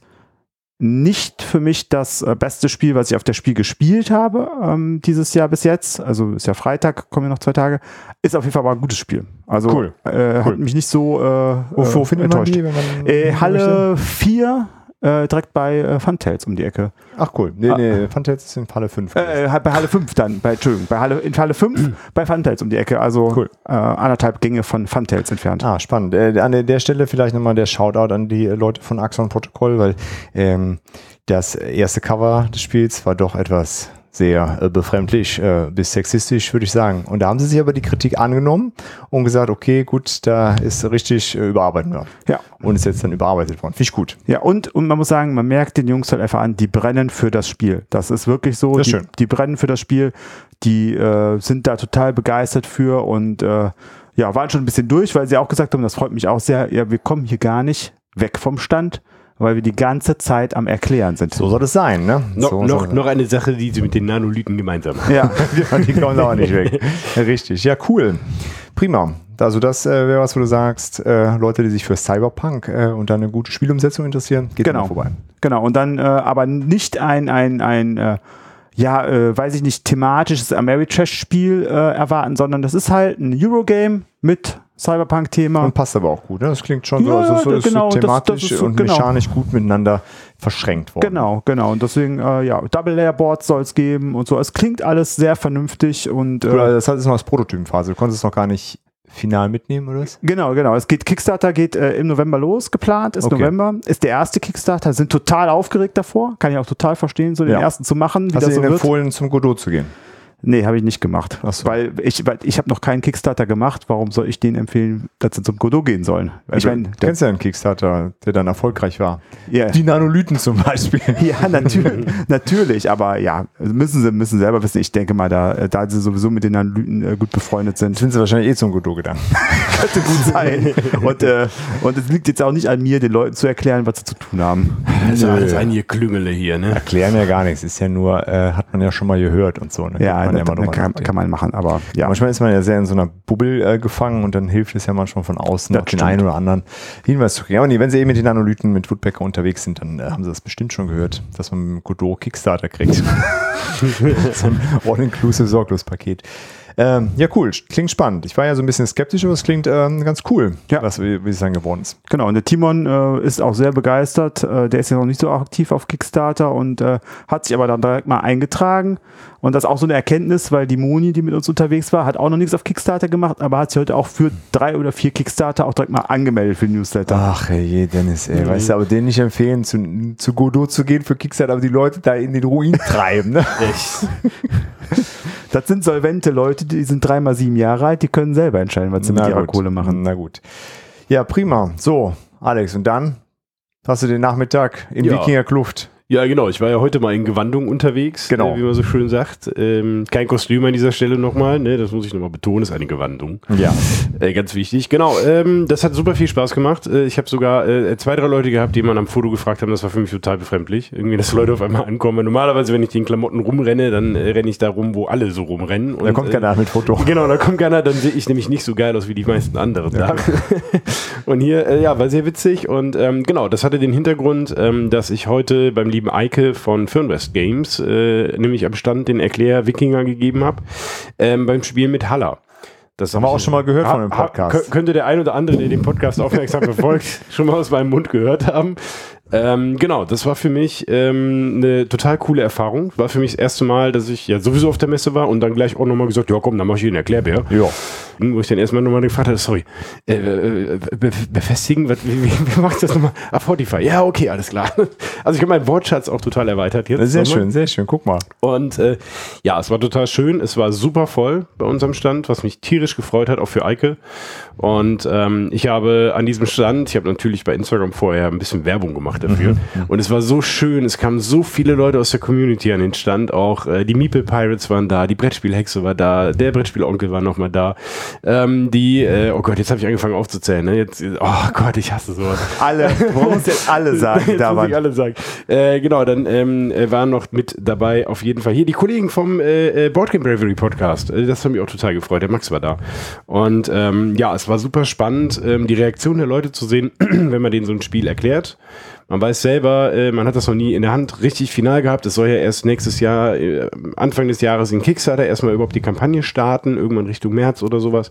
S4: nicht für mich das äh, beste Spiel, was ich auf das Spiel gespielt habe, ähm, dieses Jahr bis jetzt. Also ist ja Freitag, kommen ja noch zwei Tage. Ist auf jeden Fall aber ein gutes Spiel. Also
S2: Cool.
S4: äh,
S2: Cool.
S4: hat mich nicht so äh,
S2: Wo, wo
S4: äh,
S2: findet man
S4: enttäuscht.
S2: die, wenn man
S4: Äh,
S2: möchte?
S4: Halle vier, äh, direkt bei äh, Funtails um die Ecke.
S2: Ach cool. Nee, nee, Funtails ist in Halle fünf.
S4: Äh, bei Halle fünf dann, bei, Entschuldigung, bei Halle, in Halle fünf bei Funtails um die Ecke. Also
S2: Cool.
S4: äh, anderthalb Gänge von Funtails entfernt.
S2: Ah, spannend. Äh, an der, der Stelle vielleicht nochmal der Shoutout an die Leute von Axon Protocol, weil ähm, das erste Cover des Spiels war doch etwas sehr äh, befremdlich, äh, bis sexistisch, würde ich sagen. Und da haben sie sich aber die Kritik angenommen und gesagt, okay, gut, da ist richtig äh, überarbeitet worden.
S4: Ja.
S2: Und ist jetzt dann überarbeitet worden. Finde ich gut.
S4: Ja, und, und man muss sagen, man merkt den Jungs halt einfach an, die brennen für das Spiel. Das ist wirklich so.
S2: Das ist
S4: die,
S2: schön.
S4: die brennen für das Spiel, die äh, sind da total begeistert für und äh, ja, waren schon ein bisschen durch, weil sie auch gesagt haben, das freut mich auch sehr, ja, wir kommen hier gar nicht weg vom Stand, weil wir die ganze Zeit am Erklären sind.
S2: So soll es sein, ne?
S3: No,
S2: so
S3: noch,
S2: soll-
S3: noch eine Sache, die sie mit den Nanolithen gemeinsam haben.
S4: Ja,
S2: Ja, die kommen auch nicht weg. Richtig. Ja, cool. Prima. Also das äh, wäre was, wo du sagst, äh, Leute, die sich für Cyberpunk äh, und dann eine gute Spielumsetzung interessieren, geht
S4: Genau.
S2: mal vorbei.
S4: genau. Und dann äh, aber nicht ein, ein, ein äh, ja, äh, weiß ich nicht, thematisches Ameritrash-Spiel äh, erwarten, sondern das ist halt ein Eurogame mit Cyberpunk-Thema.
S2: Und passt aber auch gut. Ne? Das klingt schon
S4: Ja,
S2: so, also so ist
S4: genau,
S2: so
S4: das- das
S2: thematisch
S4: ist so-
S2: und
S4: genau.
S2: mechanisch gut miteinander verschränkt worden.
S4: Genau, genau. Und deswegen, äh, ja, Double-Layer-Boards soll es geben und so. Es klingt alles sehr vernünftig und äh,
S2: Cool, also das ist noch das Prototypenphase. Du konntest es noch gar nicht final mitnehmen, oder was?
S4: genau, genau. Es geht, Kickstarter geht äh, im November los, geplant, ist
S2: Okay.
S4: November, ist der erste Kickstarter, sind total aufgeregt davor, kann ich auch total verstehen, so den
S2: Ja.
S4: ersten zu machen, wie
S2: Hast du
S4: das so
S2: ihnen
S4: wird.
S2: empfohlen, zum Godot zu gehen?
S4: Nee, habe ich nicht gemacht.
S2: Ach so.
S4: Weil ich, weil ich habe noch keinen Kickstarter gemacht. Warum soll ich denen empfehlen, dass sie zum Godot gehen sollen?
S2: Weil
S4: Ich
S2: du
S4: mein,
S2: kennst ja einen Kickstarter, der dann erfolgreich war.
S4: Ja.
S2: Die Nanolithen zum Beispiel.
S4: Ja, natürlich, natürlich, aber ja, müssen sie müssen selber wissen. Ich denke mal, da, da sie sowieso mit den Analyten äh, gut befreundet sind,
S2: Sind sie wahrscheinlich eh zum Godot gegangen.
S4: könnte gut sein. Und, äh, und es liegt jetzt auch nicht an mir, den Leuten zu erklären, was sie zu tun haben.
S3: Das ist
S2: Nö.
S3: alles ein Geklüngele hier, ne?
S2: Erklären ja gar nichts. Ist ja nur, äh, hat man ja schon mal gehört und so. Ne?
S4: Ja,
S2: Kann man
S4: das,
S2: mal drüber
S4: kann,
S2: nachdenken.
S4: kann man machen, aber ja.
S2: Manchmal ist man ja sehr in so einer Bubble äh, gefangen und dann hilft es ja manchmal von außen
S4: Das
S2: noch den
S4: stimmt.
S2: einen oder anderen Hinweis zu kriegen. Aber nee, wenn sie eben mit den Nanolithen, mit Woodpecker unterwegs sind, dann äh, haben sie das bestimmt schon gehört, dass man mit dem Godot Kickstarter kriegt. So ein All-Inclusive Sorglos-Paket. Ähm, ja, cool. Klingt spannend. Ich war ja so ein bisschen skeptisch, aber es klingt ähm, ganz cool,
S4: Ja.
S2: was wie wie es dann geworden ist.
S4: Genau, und der Timon äh, ist auch sehr begeistert. Äh, der ist ja noch nicht so aktiv auf Kickstarter und äh, hat sich aber dann direkt mal eingetragen. Und das ist auch so eine Erkenntnis, weil die Moni, die mit uns unterwegs war, hat auch noch nichts auf Kickstarter gemacht, aber hat sich heute auch für drei oder vier Kickstarter auch direkt mal angemeldet für den Newsletter.
S2: Ach je, Dennis, ey,
S3: Mhm.
S2: weißt du, aber denen nicht empfehlen, zu, zu Godot zu gehen für Kickstarter, aber die Leute da in den Ruin treiben, ne?
S3: Echt?
S4: Das sind solvente Leute, die sind dreimal sieben Jahre alt, die können selber entscheiden, was sie mit ihrer
S2: gut.
S4: Kohle machen.
S2: Na gut. Ja, prima. So, Alex, und dann hast du den Nachmittag in
S3: Ja.
S2: Wikinger Kluft.
S3: Ja, genau. Ich war ja heute mal in Gewandung unterwegs,
S2: Genau.
S3: äh, wie man so schön sagt. Ähm, kein Kostüm an dieser Stelle nochmal, ne? Das muss ich nochmal betonen, ist eine Gewandung.
S2: Ja.
S3: Äh, ganz wichtig. Genau, ähm, das hat super viel Spaß gemacht. Äh, ich habe sogar äh, zwei, drei Leute gehabt, die man am Foto gefragt haben, das war für mich total befremdlich. Irgendwie, dass Leute auf einmal ankommen. Normalerweise, wenn ich die in Klamotten rumrenne, dann äh, renne ich da rum, wo alle so rumrennen.
S2: Da kommt keiner mit Foto.
S3: Genau, da kommt keiner, dann sehe ich nämlich nicht so geil aus wie die meisten anderen da. Und hier, äh, ja, war sehr witzig und ähm, genau, das hatte den Hintergrund, ähm, dass ich heute beim lieben Eike von Fernwest Games, äh, nämlich am Stand den Erklär-Wikinger gegeben habe, ähm, beim Spiel mit Haller. Das
S2: Haben wir auch schon mal gehört von dem
S3: ha-
S2: Podcast.
S3: kö- Könnte der ein oder andere, der den Podcast aufmerksam verfolgt, schon mal aus meinem Mund gehört haben. Ähm, genau, das war für mich ähm, eine total coole Erfahrung. War für mich das erste Mal, dass ich ja sowieso auf der Messe war und dann gleich auch nochmal gesagt, ja komm, dann mach ich einen Erklärbär.
S2: Ja.
S3: Wo ich dann erstmal nochmal gefragt habe, sorry, äh, äh, be befestigen, was, wie, wie, wie mache ich das nochmal? Ah, Fortify, ja okay, alles klar. Also ich habe meinen Wortschatz auch total erweitert jetzt.
S2: Sehr
S3: nochmal.
S2: schön, sehr schön. Guck mal.
S3: Und äh, ja, es war total schön. Es war super voll bei unserem Stand, was mich tierisch gefreut hat, auch für Eike. Und ähm, ich habe an diesem Stand, ich habe natürlich bei Instagram vorher ein bisschen Werbung gemacht dafür. Mhm. Und es war so schön. Es kamen so viele Leute aus der Community an den Stand. Auch äh, die Meeple Pirates waren da, die Brettspielhexe war da, der Brettspielonkel war nochmal da. Ähm, die, äh, oh Gott, jetzt habe ich angefangen aufzuzählen. Ne? Jetzt, oh Gott, ich hasse sowas.
S2: Alle, man muss jetzt alle sagen, die
S3: Jetzt
S2: da
S3: muss
S2: waren.
S3: ich alle sagen. Äh, genau, dann ähm, äh, waren noch mit dabei auf jeden Fall hier die Kollegen vom äh, Boardgame Bravery Podcast. Äh, das hat mich auch total gefreut. Der Max war da. Und ähm, ja, es war super spannend, ähm, die Reaktion der Leute zu sehen, wenn man denen so ein Spiel erklärt. Man weiß selber, äh, man hat das noch nie in der Hand richtig final gehabt. Es soll ja erst nächstes Jahr, äh, Anfang des Jahres in Kickstarter erstmal überhaupt die Kampagne starten, irgendwann Richtung März oder sowas.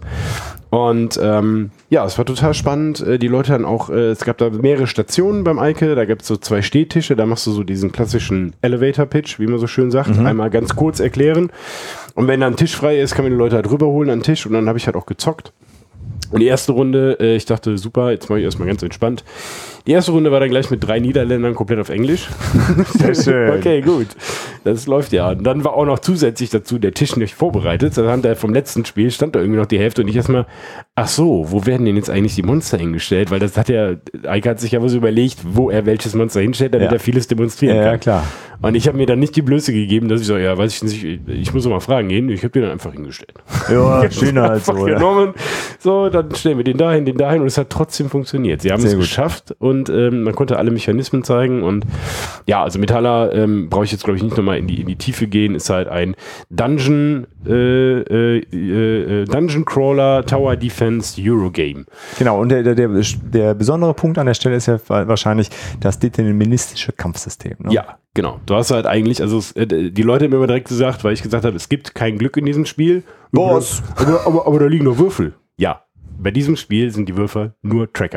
S3: Und ähm, ja, es war total spannend. Äh, die Leute dann auch, äh, es gab da mehrere Stationen beim Eike, da gibt es so zwei Stehtische, da machst du so diesen klassischen Elevator-Pitch, wie man so schön sagt, mhm. einmal ganz kurz erklären. Und wenn da ein Tisch frei ist, kann man die Leute halt rüberholen an den Tisch und dann habe ich halt auch gezockt. Und die erste Runde, äh, ich dachte, super, jetzt mache ich erstmal ganz entspannt. Die erste Runde war dann gleich mit drei Niederländern komplett auf Englisch.
S2: Sehr schön.
S3: Okay, gut. Das läuft ja. Und dann war auch noch zusätzlich dazu der Tisch nicht vorbereitet. Dann stand da vom letzten Spiel, stand da irgendwie noch die Hälfte und ich erstmal, ach so, wo werden denn jetzt eigentlich die Monster hingestellt? Weil das hat ja, Eike hat sich ja was überlegt, wo er welches Monster hinstellt, damit
S2: Ja.
S3: er vieles demonstrieren
S2: Ja,
S3: kann.
S2: ja, klar.
S3: Und ich habe mir dann nicht die Blöße gegeben, dass ich so, ja, weiß ich nicht, ich muss noch mal fragen gehen. Ich habe den dann einfach hingestellt.
S2: Ja, schön halt so.
S3: Einfach
S2: Oder?
S3: genommen. So, dann stellen wir den dahin, den dahin und es hat trotzdem funktioniert. Sie haben
S2: Sehr
S3: es
S2: gut.
S3: geschafft und ähm, man konnte alle Mechanismen zeigen und ja, also mit Haller ähm, brauche ich jetzt glaube ich nicht nochmal in die, in die Tiefe gehen, ist halt ein Dungeon äh, äh, äh, Dungeon Crawler Tower Defense Eurogame.
S2: Genau, und der, der, der, der besondere Punkt an der Stelle ist ja wahrscheinlich das deterministische Kampfsystem. Ne?
S3: Ja, genau. Du hast halt eigentlich, also es, äh, die Leute haben immer direkt gesagt, weil ich gesagt habe, es gibt kein Glück in diesem Spiel.
S2: Boss.
S3: Aber, aber, aber da liegen nur Würfel. Ja, bei diesem Spiel sind die Würfel nur Tracker.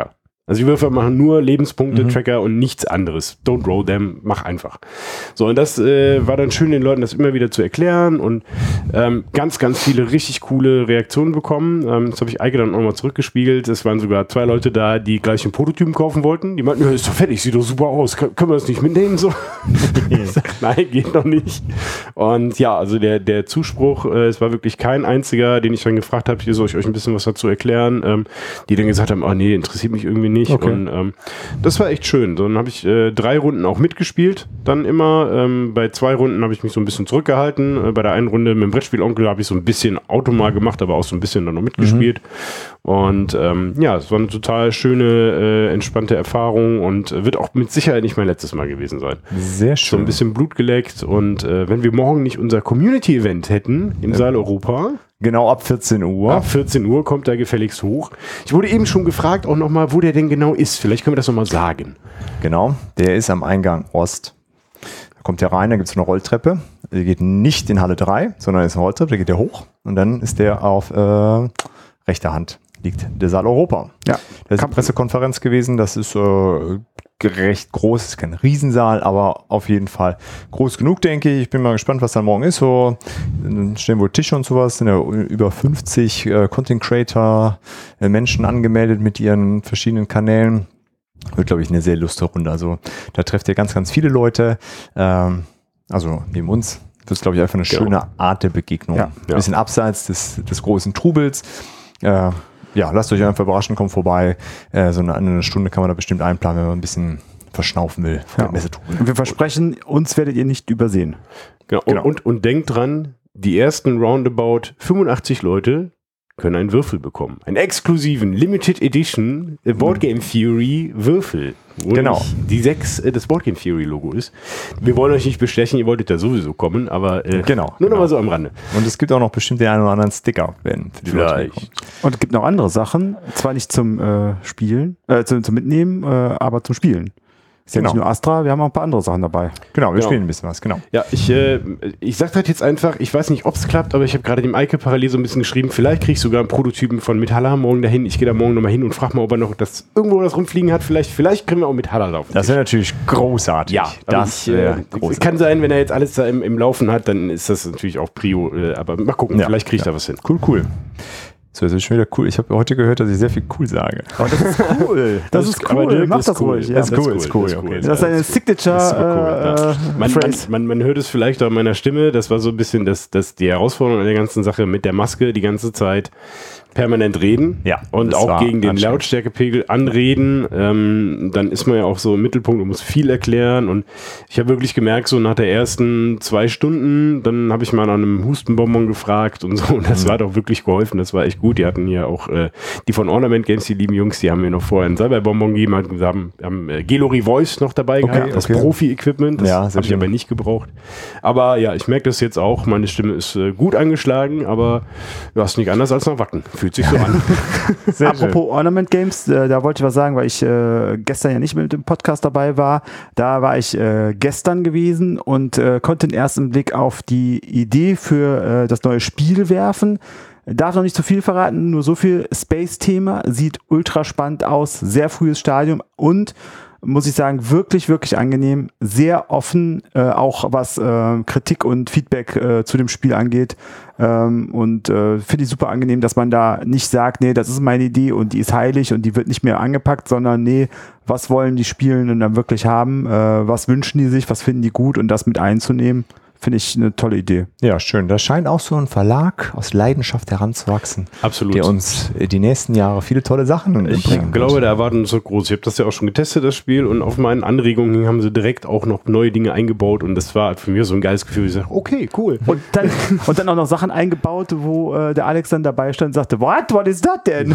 S3: Also die Würfel machen nur Lebenspunkte-Tracker mhm. und nichts anderes. Don't roll them, mach einfach. So, und das äh, war dann schön, den Leuten das immer wieder zu erklären und ähm, ganz, ganz viele richtig coole Reaktionen bekommen. Ähm, das habe ich Eike dann auch mal zurückgespiegelt. Es waren sogar zwei Leute da, die gleich einen Prototypen kaufen wollten. Die meinten, ja, ist doch fertig, sieht doch super aus. Kön- können wir das nicht mitnehmen? So? Ich sag, nein, geht noch nicht. Und ja, also der, der Zuspruch, äh, es war wirklich kein einziger, den ich dann gefragt habe, hier soll ich euch ein bisschen was dazu erklären, ähm, die dann gesagt haben, oh nee, interessiert mich irgendwie nicht. Okay. Und ähm, das war echt schön. So, dann habe ich äh, drei Runden auch mitgespielt, dann immer. Ähm, bei zwei Runden habe ich mich so ein bisschen zurückgehalten. Äh, bei der einen Runde mit dem Brettspielonkel habe ich so ein bisschen Auto mal gemacht, aber auch so ein bisschen dann noch mitgespielt. Mhm. Und ähm, ja, es war eine total schöne, äh, entspannte Erfahrung und äh, wird auch mit Sicherheit nicht mein letztes Mal gewesen sein.
S2: Sehr schön.
S3: So ein bisschen Blut geleckt und äh, wenn wir morgen nicht unser Community-Event hätten im ja. Saal Europa.
S2: Genau, ab vierzehn Uhr.
S3: Ab vierzehn Uhr kommt er gefälligst hoch. Ich wurde eben schon gefragt, auch nochmal, wo der denn genau ist. Vielleicht können wir das nochmal sagen.
S2: Genau, der ist am Eingang Ost. Da kommt der rein, da gibt es eine Rolltreppe. Der geht nicht in Halle drei, sondern ist eine Rolltreppe, da geht der hoch. Und dann ist der auf äh, rechter Hand liegt der Saal Europa. Ja. Das ist eine Pressekonferenz gewesen, das ist äh, recht groß, ist kein Riesensaal, aber auf jeden Fall groß genug, denke ich. Ich bin mal gespannt, was dann morgen ist. So, dann stehen wohl Tische und sowas, sind ja über fünfzig äh, Content Creator äh, Menschen angemeldet mit ihren verschiedenen Kanälen. Wird, glaube ich, eine sehr lustige Runde. Also da trefft ihr ganz, ganz viele Leute. Ähm, also neben uns. Das ist, glaube ich, einfach eine genau. schöne Art der Begegnung. Ja, ja. Ein bisschen abseits des, des großen Trubels. Äh, Ja, lasst euch einfach überraschen, kommt vorbei. Äh, so eine, eine Stunde kann man da bestimmt einplanen, wenn man ein bisschen verschnaufen will.
S4: Ja. Und wir versprechen, uns werdet ihr nicht übersehen.
S3: Genau. genau. Und, und, und denkt dran, die ersten roundabout fünfundachtzig Leute können einen Würfel bekommen. Einen exklusiven Limited Edition Board Game Theory Würfel. Wo
S2: genau.
S3: Die sechs äh, das Board Game Theory Logo ist. Wir wollen euch nicht bestechen, ihr wolltet ja sowieso kommen, aber äh,
S2: genau,
S3: nur
S2: genau.
S3: noch mal so am Rande.
S2: Und es gibt auch noch bestimmt den einen oder anderen Sticker, wenn für die Leute kommen.
S4: Und es gibt noch andere Sachen, zwar nicht zum äh, Spielen, äh, zum, zum Mitnehmen, äh, aber zum Spielen. Ist ja genau. nicht nur Astra, wir haben auch ein paar andere Sachen dabei.
S2: Genau, wir
S3: genau.
S2: spielen ein bisschen was, genau.
S3: Ja, ich, äh, ich sag das jetzt einfach, ich weiß nicht, ob es klappt, aber ich habe gerade dem Eike parallel so ein bisschen geschrieben, vielleicht kriege ich sogar einen Prototypen von Metalla morgen dahin. Ich gehe da morgen nochmal hin und frage mal, ob er noch das irgendwo das rumfliegen hat. Vielleicht, vielleicht kriegen wir auch Metalla laufen.
S2: Das wäre natürlich großartig.
S3: Ja,
S2: das
S3: wäre großartig. Kann sein, wenn er jetzt alles da im, im Laufen hat, dann ist das natürlich auch Prio. Äh, aber mal gucken, ja, vielleicht kriege ich ja. da was hin.
S2: Cool, cool. So, das ist schon wieder cool. Ich habe heute gehört, dass ich sehr viel cool sage.
S4: Oh, das ist cool. Das, das ist cool. Mach das
S3: cool.
S4: ruhig. Ja.
S2: Das ist cool. Das ist cool. Das ist, cool.
S4: Okay. Das ist eine Signature
S3: cool. äh, man, man, man, man hört es vielleicht auch in meiner Stimme. Das war so ein bisschen das, das die Herausforderung an der ganzen Sache mit der Maske die ganze Zeit. Permanent reden
S2: ja,
S3: und auch gegen den Lautstärkepegel anreden. Ähm, dann ist man ja auch so im Mittelpunkt und muss viel erklären. Und ich habe wirklich gemerkt, so nach der ersten zwei Stunden, dann habe ich mal nach einem Hustenbonbon gefragt und so. Und das mhm. hat auch wirklich geholfen. Das war echt gut. Die hatten hier auch, äh, die von Ornament Games, die lieben Jungs, die haben mir noch vorher einen Cyberbonbon gegeben. Haben, haben, haben äh, Gelori Voice noch dabei okay, gehabt, das okay. Profi-Equipment. Das ja, habe ich aber nicht gebraucht. Aber ja, ich merke das jetzt auch. Meine Stimme ist äh, gut angeschlagen, aber du hast nicht anders als nach Wacken. Fühlt sich so an.
S4: Apropos schön. Ornament Games, äh, da wollte ich was sagen, weil ich äh, gestern ja nicht mit dem Podcast dabei war. Da war ich äh, gestern gewesen und äh, konnte den ersten Blick auf die Idee für äh, das neue Spiel werfen. Darf noch nicht zu viel verraten, nur so viel Space-Thema, sieht ultra spannend aus, sehr frühes Stadium und muss ich sagen, wirklich, wirklich angenehm, sehr offen, äh, auch was äh, Kritik und Feedback äh, zu dem Spiel angeht. Ähm, und äh, finde ich super angenehm, dass man da nicht sagt, nee, das ist meine Idee und die ist heilig und die wird nicht mehr angepackt, sondern nee, was wollen die Spielenden dann wirklich haben, äh, was wünschen die sich, was finden die gut und das mit einzunehmen. Finde ich eine tolle Idee.
S2: Ja, schön. Da scheint auch so ein Verlag aus Leidenschaft heranzuwachsen.
S3: Absolut.
S2: Der uns die nächsten Jahre viele tolle Sachen bringen
S3: Ich glaube, wird. Der Erwartung ist so groß. Ich habe das ja auch schon getestet, das Spiel, und auf meinen Anregungen haben sie direkt auch noch neue Dinge eingebaut und das war für mich so ein geiles Gefühl. Ich sage, okay, cool.
S4: Und dann, und dann auch noch Sachen eingebaut, wo äh, der Alex dann dabei stand und sagte, what, what is that denn?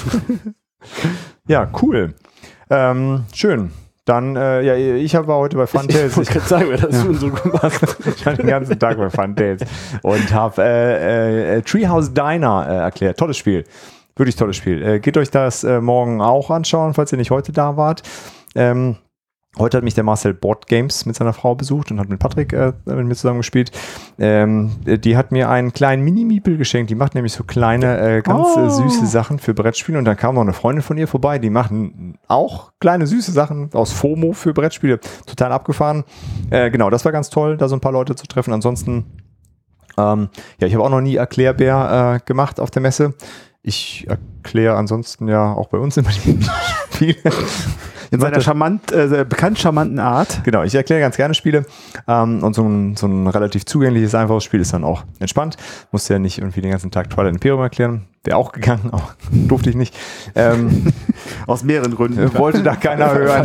S2: Ja, cool. Ähm, schön. Dann, äh, ja, ich war heute bei Funtails.
S3: Ich, ich kann sagen, wer das schon so gemacht.
S2: Ich war den ganzen Tag bei Funtails und habe äh, äh, Treehouse Diner äh, erklärt. Tolles Spiel. Wirklich tolles Spiel. Äh, geht euch das äh, morgen auch anschauen, falls ihr nicht heute da wart. Ähm, Heute hat mich der Marcel Board Games mit seiner Frau besucht und hat mit Patrick äh, mit mir zusammen gespielt. Ähm, die hat mir einen kleinen Mini-Miepel geschenkt. Die macht nämlich so kleine, äh, ganz
S4: Oh.
S2: äh, süße Sachen für Brettspiele. Und dann kam noch eine Freundin von ihr vorbei. Die machen auch kleine, süße Sachen aus FOMO für Brettspiele. Total abgefahren. Äh, genau, das war ganz toll, da so ein paar Leute zu treffen. Ansonsten, ähm, ja, ich habe auch noch nie Erklärbär äh, gemacht auf der Messe. Ich erkläre ansonsten ja auch bei uns immer die Spiele.
S4: In seiner charmant, äh, bekannt charmanten Art.
S2: Genau, ich erkläre ganz gerne Spiele ähm, und so ein, so ein relativ zugängliches, einfaches Spiel ist dann auch entspannt. Musste ja nicht irgendwie den ganzen Tag Twilight Imperium erklären. Wäre auch gegangen, auch durfte ich nicht. Ähm,
S4: Aus mehreren Gründen.
S2: wollte da keiner hören.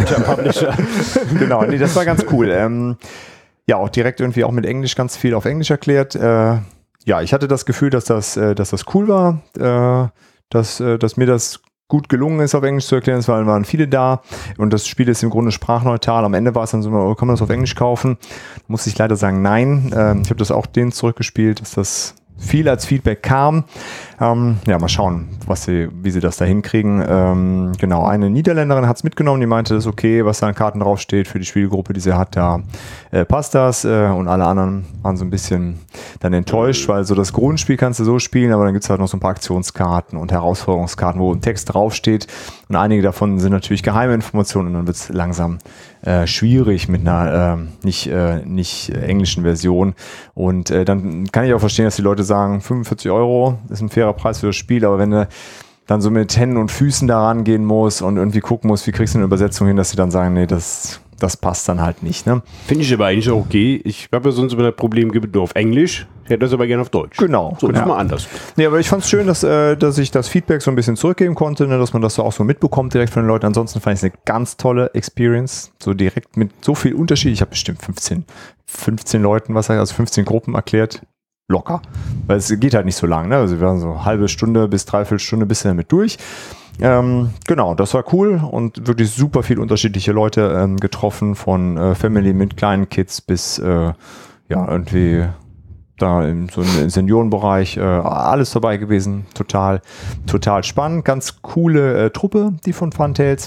S2: Genau, nee, das war ganz cool. Ähm, ja, auch direkt irgendwie auch mit Englisch ganz viel auf Englisch erklärt. Äh, ja, ich hatte das Gefühl, dass das, äh, dass das cool war, äh, dass, äh, dass mir das gut gelungen ist, auf Englisch zu erklären. Es waren, waren viele da und das Spiel ist im Grunde sprachneutral. Am Ende war es dann so, oh, kann man das auf Englisch kaufen? Muss ich leider sagen, nein. Ähm, ich habe das auch denen zurückgespielt, dass das viel als Feedback kam. Ähm, ja, mal schauen, was sie, wie sie das da hinkriegen. Ähm, genau, eine Niederländerin hat es mitgenommen, die meinte, das ist okay, was da an Karten draufsteht für die Spielgruppe, die sie hat, da äh, passt das. Äh, und alle anderen waren so ein bisschen dann enttäuscht, weil so das Grundspiel kannst du so spielen, aber dann gibt es halt noch so ein paar Aktionskarten und Herausforderungskarten, wo ein Text draufsteht. Und einige davon sind natürlich geheime Informationen und dann wird es langsam äh, schwierig mit einer äh, nicht, äh, nicht englischen Version. Und äh, dann kann ich auch verstehen, dass die Leute sagen, fünfundvierzig Euro ist ein fairer Preis für das Spiel, aber wenn du dann so mit Händen und Füßen da rangehen musst und irgendwie gucken musst, wie kriegst du eine Übersetzung hin, dass sie dann sagen, nee, das, das passt dann halt nicht. Ne?
S3: Finde ich aber eigentlich auch okay. Ich habe ja sonst immer das Problem, gibt nur auf Englisch. Ich hätte das aber gerne auf Deutsch.
S2: Genau.
S3: So,
S2: genau.
S3: ist mal anders.
S2: Nee, aber ich fand es schön, dass, äh, dass ich das Feedback so ein bisschen zurückgeben konnte, ne, dass man das so auch so mitbekommt direkt von den Leuten. Ansonsten fand ich es eine ganz tolle Experience, so direkt mit so viel Unterschied. Ich habe bestimmt fünfzehn, fünfzehn Leuten, was heißt, also fünfzehn Gruppen erklärt. Locker. Weil es geht halt nicht so lang, ne? Also wir waren so eine halbe Stunde bis dreiviertel Stunde bis damit durch. Ähm, genau, das war cool und wirklich super viel unterschiedliche Leute ähm, getroffen, von äh, Family mit kleinen Kids bis äh, ja, irgendwie da im so im Seniorenbereich, äh, alles dabei gewesen. Total, total spannend. Ganz coole äh, Truppe, die von Funtails.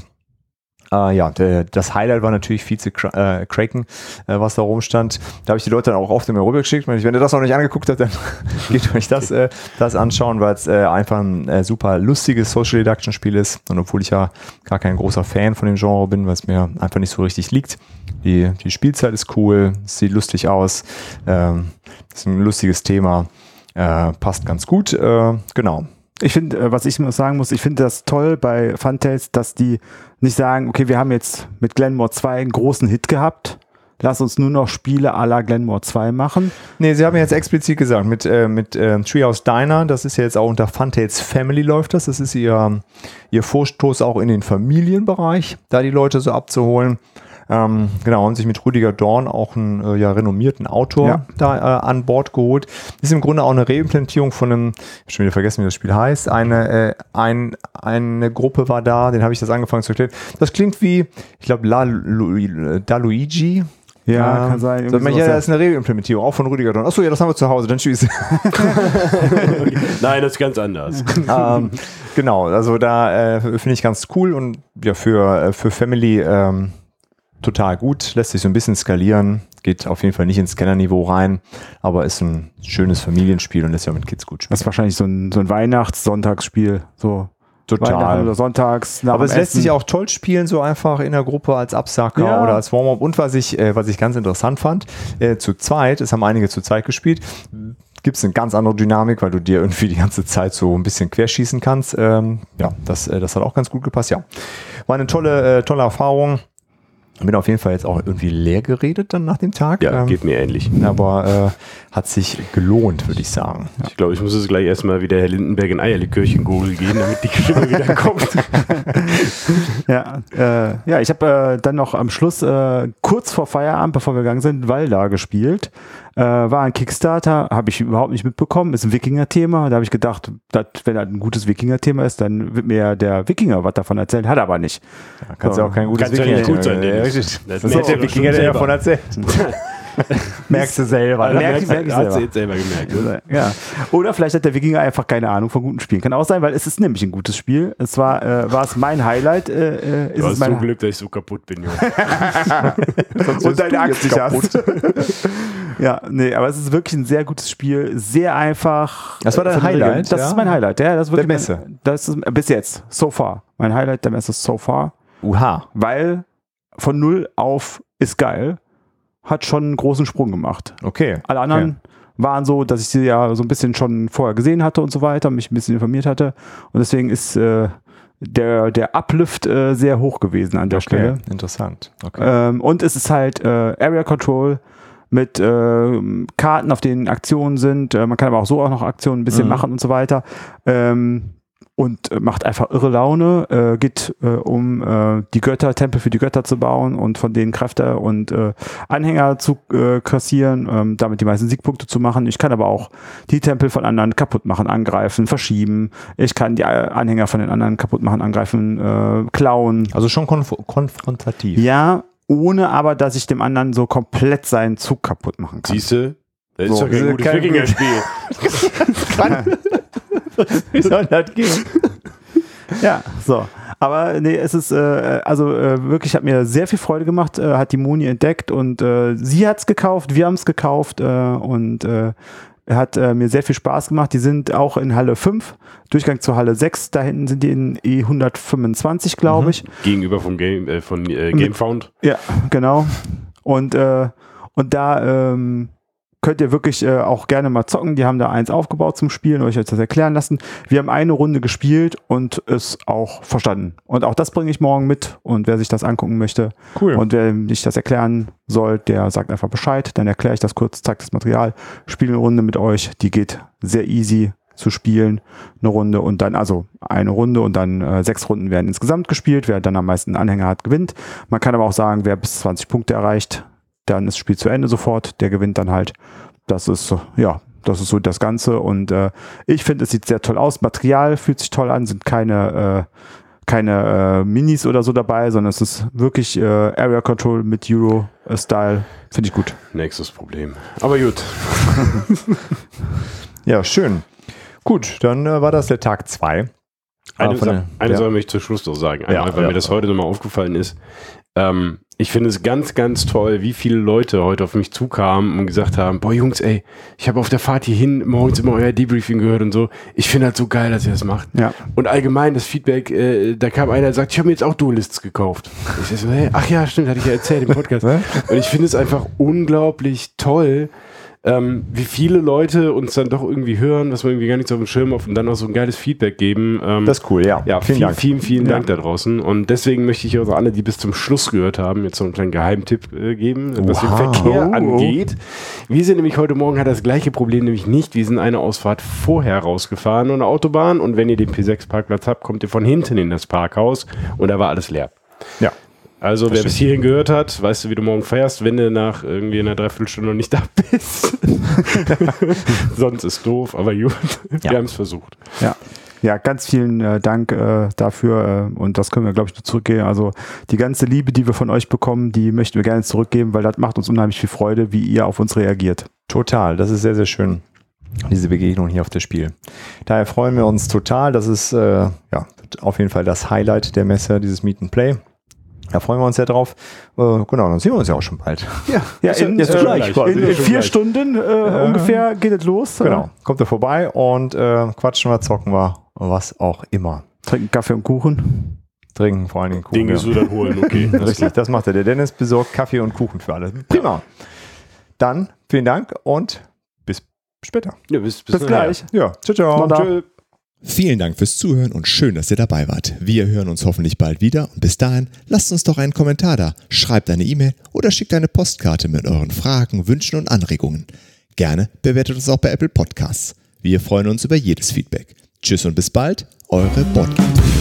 S2: Uh, ja, der, das Highlight war natürlich Vize äh, Kraken, äh, was da rumstand. Da habe ich die Leute dann auch oft immer rübergeschickt. Wenn ihr das noch nicht angeguckt habt, dann geht euch das, äh, das anschauen, weil es äh, einfach ein äh, super lustiges Social Deduction Spiel ist. Und obwohl ich ja gar kein großer Fan von dem Genre bin, weil es mir einfach nicht so richtig liegt. Die, die Spielzeit ist cool, sieht lustig aus, ähm, ist ein lustiges Thema, äh, passt ganz gut. Äh, genau.
S4: Ich finde, was ich sagen muss, ich finde das toll bei Funtails, dass die nicht sagen, okay, wir haben jetzt mit Glenmore zwei einen großen Hit gehabt, lass uns nur noch Spiele à la Glenmore zwei machen.
S2: Nee, sie haben jetzt explizit gesagt, mit, äh, mit äh, Treehouse Diner, das ist ja jetzt auch unter Funtails Family läuft das, das ist ihr, ihr Vorstoß auch in den Familienbereich, da die Leute so abzuholen. Ähm, genau, haben sich mit Rüdiger Dorn auch einen äh, ja, renommierten Autor
S4: ja.
S2: da äh, an Bord geholt. Ist im Grunde auch eine Reimplementierung von einem, ich habe schon wieder vergessen, wie das Spiel heißt. Eine, äh, ein, eine Gruppe war da, den habe ich das angefangen zu erklären. Das klingt wie, ich glaube, La Lu, Da Luigi.
S4: Ja,
S2: ähm,
S4: kann sein.
S2: So, ja, das ist eine Reimplementierung, auch von Rüdiger Dorn. Achso, ja, das haben wir zu Hause, dann tschüss.
S3: Nein, das ist ganz anders.
S2: ähm, genau, also da äh, finde ich ganz cool und ja, für, für Family ähm, total gut, lässt sich so ein bisschen skalieren, geht auf jeden Fall nicht ins Scanner-Niveau rein, aber ist ein schönes Familienspiel und lässt sich auch mit Kids gut spielen.
S4: Das ist wahrscheinlich so ein, so ein Weihnachts-Sonntagsspiel, so
S2: total.
S4: Oder sonntags nach
S2: aber es
S4: dem
S2: lässt
S4: Essen.
S2: sich auch toll spielen, so einfach in der Gruppe als Absacker
S4: Ja.
S2: oder als Warm-up. Und was ich, äh, was ich ganz interessant fand, äh, zu zweit, es haben einige zu zweit gespielt, gibt es eine ganz andere Dynamik, weil du dir irgendwie die ganze Zeit so ein bisschen querschießen kannst. Ähm, ja, das, äh, das hat auch ganz gut gepasst, ja. War eine tolle, äh, tolle Erfahrung. Bin auf jeden Fall jetzt auch irgendwie leer geredet dann nach dem Tag.
S3: Ja,
S2: ähm,
S3: geht mir ähnlich.
S2: Aber äh, hat sich gelohnt, würde ich sagen.
S3: Ich glaube, ich muss jetzt gleich erstmal wieder Herr Lindenberg in Eierlikörchen Gurgel gehen, damit die Stimme wieder kommt.
S4: Ja, äh, ja, ich habe äh, dann noch am Schluss, äh, kurz vor Feierabend, bevor wir gegangen sind, Valda gespielt. Äh, war ein Kickstarter, habe ich überhaupt nicht mitbekommen, ist ein Wikinger-Thema. Da habe ich gedacht, dat, wenn das ein gutes Wikinger-Thema ist, dann wird mir ja der Wikinger was davon erzählen, hat er aber nicht.
S2: Ja, kannst
S4: So.
S2: ja auch kein gutes
S3: Kannst ja nicht
S2: Wikinger.
S3: gut sein,
S2: Ja,
S3: Dennis.
S2: richtig.
S3: Das
S2: Das
S3: merkt
S2: hat der
S3: ihr doch
S2: Wikinger
S3: schon
S2: davon
S3: selber.
S2: erzählt.
S4: Merkst du selber.
S3: Ja,
S4: Merk,
S3: merk,
S4: merk ich
S3: hat sie
S4: selber.
S3: jetzt selber gemerkt. Oder?
S4: Ja. Oder vielleicht hat der Wikinger einfach keine Ahnung von guten Spielen. Kann auch sein, weil es ist nämlich ein gutes Spiel. Es war, äh, war es mein Highlight. Äh, ist
S3: Du
S4: es
S3: hast
S4: mein
S3: so Glück, dass ich so kaputt bin, Junge.
S4: und deine Axt nicht hast. Ja, nee, aber es ist wirklich ein sehr gutes Spiel. Sehr einfach.
S2: Das war dein
S4: Von den
S2: Highlight,
S4: Regeln. Das
S2: ja?
S4: ist mein Highlight. Ja, das ist wirklich
S2: Der Messe.
S4: Mein, das ist bis jetzt. So far. Mein Highlight der Messe so far.
S2: Uha.
S4: Weil von null auf ist geil. Hat schon einen großen Sprung gemacht.
S2: Okay.
S4: Alle anderen
S2: Okay.
S4: waren so, dass ich sie ja so ein bisschen schon vorher gesehen hatte und so weiter, mich ein bisschen informiert hatte. Und deswegen ist äh, der, der Uplift äh, sehr hoch gewesen an der
S2: Okay.
S4: Stelle.
S2: Interessant. Okay.
S4: Ähm, und es ist halt äh, Area Control mit äh, Karten, auf denen Aktionen sind. Äh, man kann aber auch so auch noch Aktionen ein bisschen
S2: Mhm.
S4: machen und so weiter. Ähm, und äh, macht einfach irre Laune. Äh, geht äh, um äh, die Götter, Tempel für die Götter zu bauen und von denen Kräfte und äh, Anhänger zu äh, kassieren, ähm, damit die meisten Siegpunkte zu machen. Ich kann aber auch die Tempel von anderen kaputt machen, angreifen, verschieben. Ich kann die äh, Anhänger von den anderen kaputt machen, angreifen, äh, klauen.
S2: Also schon konf konfrontativ.
S4: Ja, ohne aber, dass ich dem anderen so komplett seinen Zug kaputt machen kann.
S3: Siehst du? Das ist
S4: So,
S3: doch kein
S2: das ist
S3: gutes
S2: kein
S3: Wikinger-Spiel.
S2: Wie soll das gehen?
S4: Ja, so. Aber nee, es ist, äh, also äh, wirklich, hat mir sehr viel Freude gemacht, äh, hat die Moni entdeckt und äh, sie hat es gekauft, wir haben es gekauft äh, und äh, hat äh, mir sehr viel Spaß gemacht. Die sind auch in Halle fünf, Durchgang zur Halle sechs, da hinten sind die in E hundertfünfundzwanzig, glaube
S2: Mhm.
S4: ich.
S3: Gegenüber vom Game, äh, von äh, Gamefound.
S4: Ja, genau. Und, äh, und da ähm, könnt ihr wirklich äh, auch gerne mal zocken. Die haben da eins aufgebaut zum Spielen, euch das erklären lassen. Wir haben eine Runde gespielt und es auch verstanden. Und auch das bringe ich morgen mit. Und wer sich das angucken möchte
S2: Cool.
S4: und wer sich das erklären soll, der sagt einfach Bescheid. Dann erkläre ich das kurz, zeige das Material, spiele eine Runde mit euch. Die geht sehr easy zu spielen, eine Runde und dann, also eine Runde und dann äh, sechs Runden werden insgesamt gespielt. Wer dann am meisten Anhänger hat, gewinnt. Man kann aber auch sagen, wer bis zwanzig Punkte erreicht, dann ist das Spiel zu Ende sofort. Der gewinnt dann halt. Das ist so, ja, das ist so das Ganze. Und äh, ich finde, es sieht sehr toll aus. Material fühlt sich toll an, sind keine, äh, keine äh, Minis oder so dabei, sondern es ist wirklich äh, Area Control mit Euro-Style. Finde ich gut.
S3: Nächstes Problem. Aber gut.
S2: Ja, schön. Gut, dann äh, war das der Tag zwei.
S3: Eine,
S2: Ah, von
S3: Sa
S2: der-
S3: eine
S2: ja.
S3: Sache möchte ich zum Schluss noch sagen. Einmal,
S2: Ja,
S3: weil
S2: ja.
S3: mir das heute nochmal aufgefallen ist. Ähm, ich finde es ganz, ganz toll, wie viele Leute heute auf mich zukamen und gesagt haben, boah Jungs, ey, ich habe auf der Fahrt hierhin morgens immer euer Debriefing gehört und so. Ich finde halt so geil, dass ihr das macht.
S4: Ja.
S3: Und allgemein das Feedback, äh, da kam einer, der sagt, ich habe mir jetzt auch Duelists gekauft. Ich sag so, hey, ach ja, stimmt, hatte ich ja erzählt im Podcast. Und ich finde es einfach unglaublich toll, ähm, wie viele Leute uns dann doch irgendwie hören, was man irgendwie gar nicht so auf dem Schirm hat und dann auch so ein geiles Feedback geben. Ähm,
S2: Das ist cool, ja.
S3: ja,
S2: vielen
S3: vielen,
S2: Dank.
S3: vielen, vielen
S4: Ja.
S3: Dank da draußen. Und deswegen möchte ich auch alle, die bis zum Schluss gehört haben, jetzt noch einen kleinen Geheimtipp äh, geben, was den
S2: Wow.
S3: Verkehr
S4: Oh, oh.
S3: angeht. Wir sind nämlich heute Morgen, hat das gleiche Problem nämlich nicht. Wir sind eine Ausfahrt vorher rausgefahren und eine Autobahn. Und wenn ihr den P sechs Parkplatz habt, kommt ihr von hinten in das Parkhaus und da war alles leer.
S2: Ja.
S3: Also wer bis hierhin gehört hat, weißt du, wie du morgen feierst, wenn du nach irgendwie einer Dreiviertelstunde noch nicht da bist. Sonst ist doof, aber gut,
S2: Ja.
S3: wir haben es versucht.
S4: Ja. Ja, ganz vielen äh, Dank äh, dafür äh, und das können wir, glaube ich, nur zurückgeben. Also die ganze Liebe, die wir von euch bekommen, die möchten wir gerne zurückgeben, weil das macht uns unheimlich viel Freude, wie ihr auf uns reagiert.
S2: Total, das ist sehr, sehr schön, diese Begegnung hier auf das Spiel. Daher freuen wir uns total. Das ist äh, ja, wird auf jeden Fall das Highlight der Messe, dieses Meet and Play. Da freuen wir uns ja drauf. Äh, genau, dann sehen wir uns ja auch schon bald.
S4: Ja, ja
S2: Ist ja-
S4: in,
S2: jetzt
S4: äh,
S2: gleich quasi.
S4: in, in
S3: Schon
S4: vier
S3: gleich.
S4: Stunden äh, ungefähr geht es los.
S2: Genau, kommt er vorbei und äh, quatschen wir, zocken wir, was auch immer.
S4: Trinken Kaffee und Kuchen.
S2: Trinken vor allen Dingen Kuchen.
S3: Den gehst du dann holen, okay.
S2: Richtig, das macht er. Der Dennis besorgt Kaffee und Kuchen für alle. Prima. Dann vielen Dank und bis später.
S3: Ja, bis,
S4: Bis
S3: nachher.
S4: gleich.
S2: Ja, ciao, ciao.
S4: Na da.
S3: Tschö.
S5: Vielen Dank fürs Zuhören und schön, dass ihr dabei wart. Wir hören uns hoffentlich bald wieder und bis dahin lasst uns doch einen Kommentar da, schreibt eine E-Mail oder schickt eine Postkarte mit euren Fragen, Wünschen und Anregungen. Gerne bewertet uns auch bei Apple Podcasts. Wir freuen uns über jedes Feedback. Tschüss und bis bald, eure Boardgame.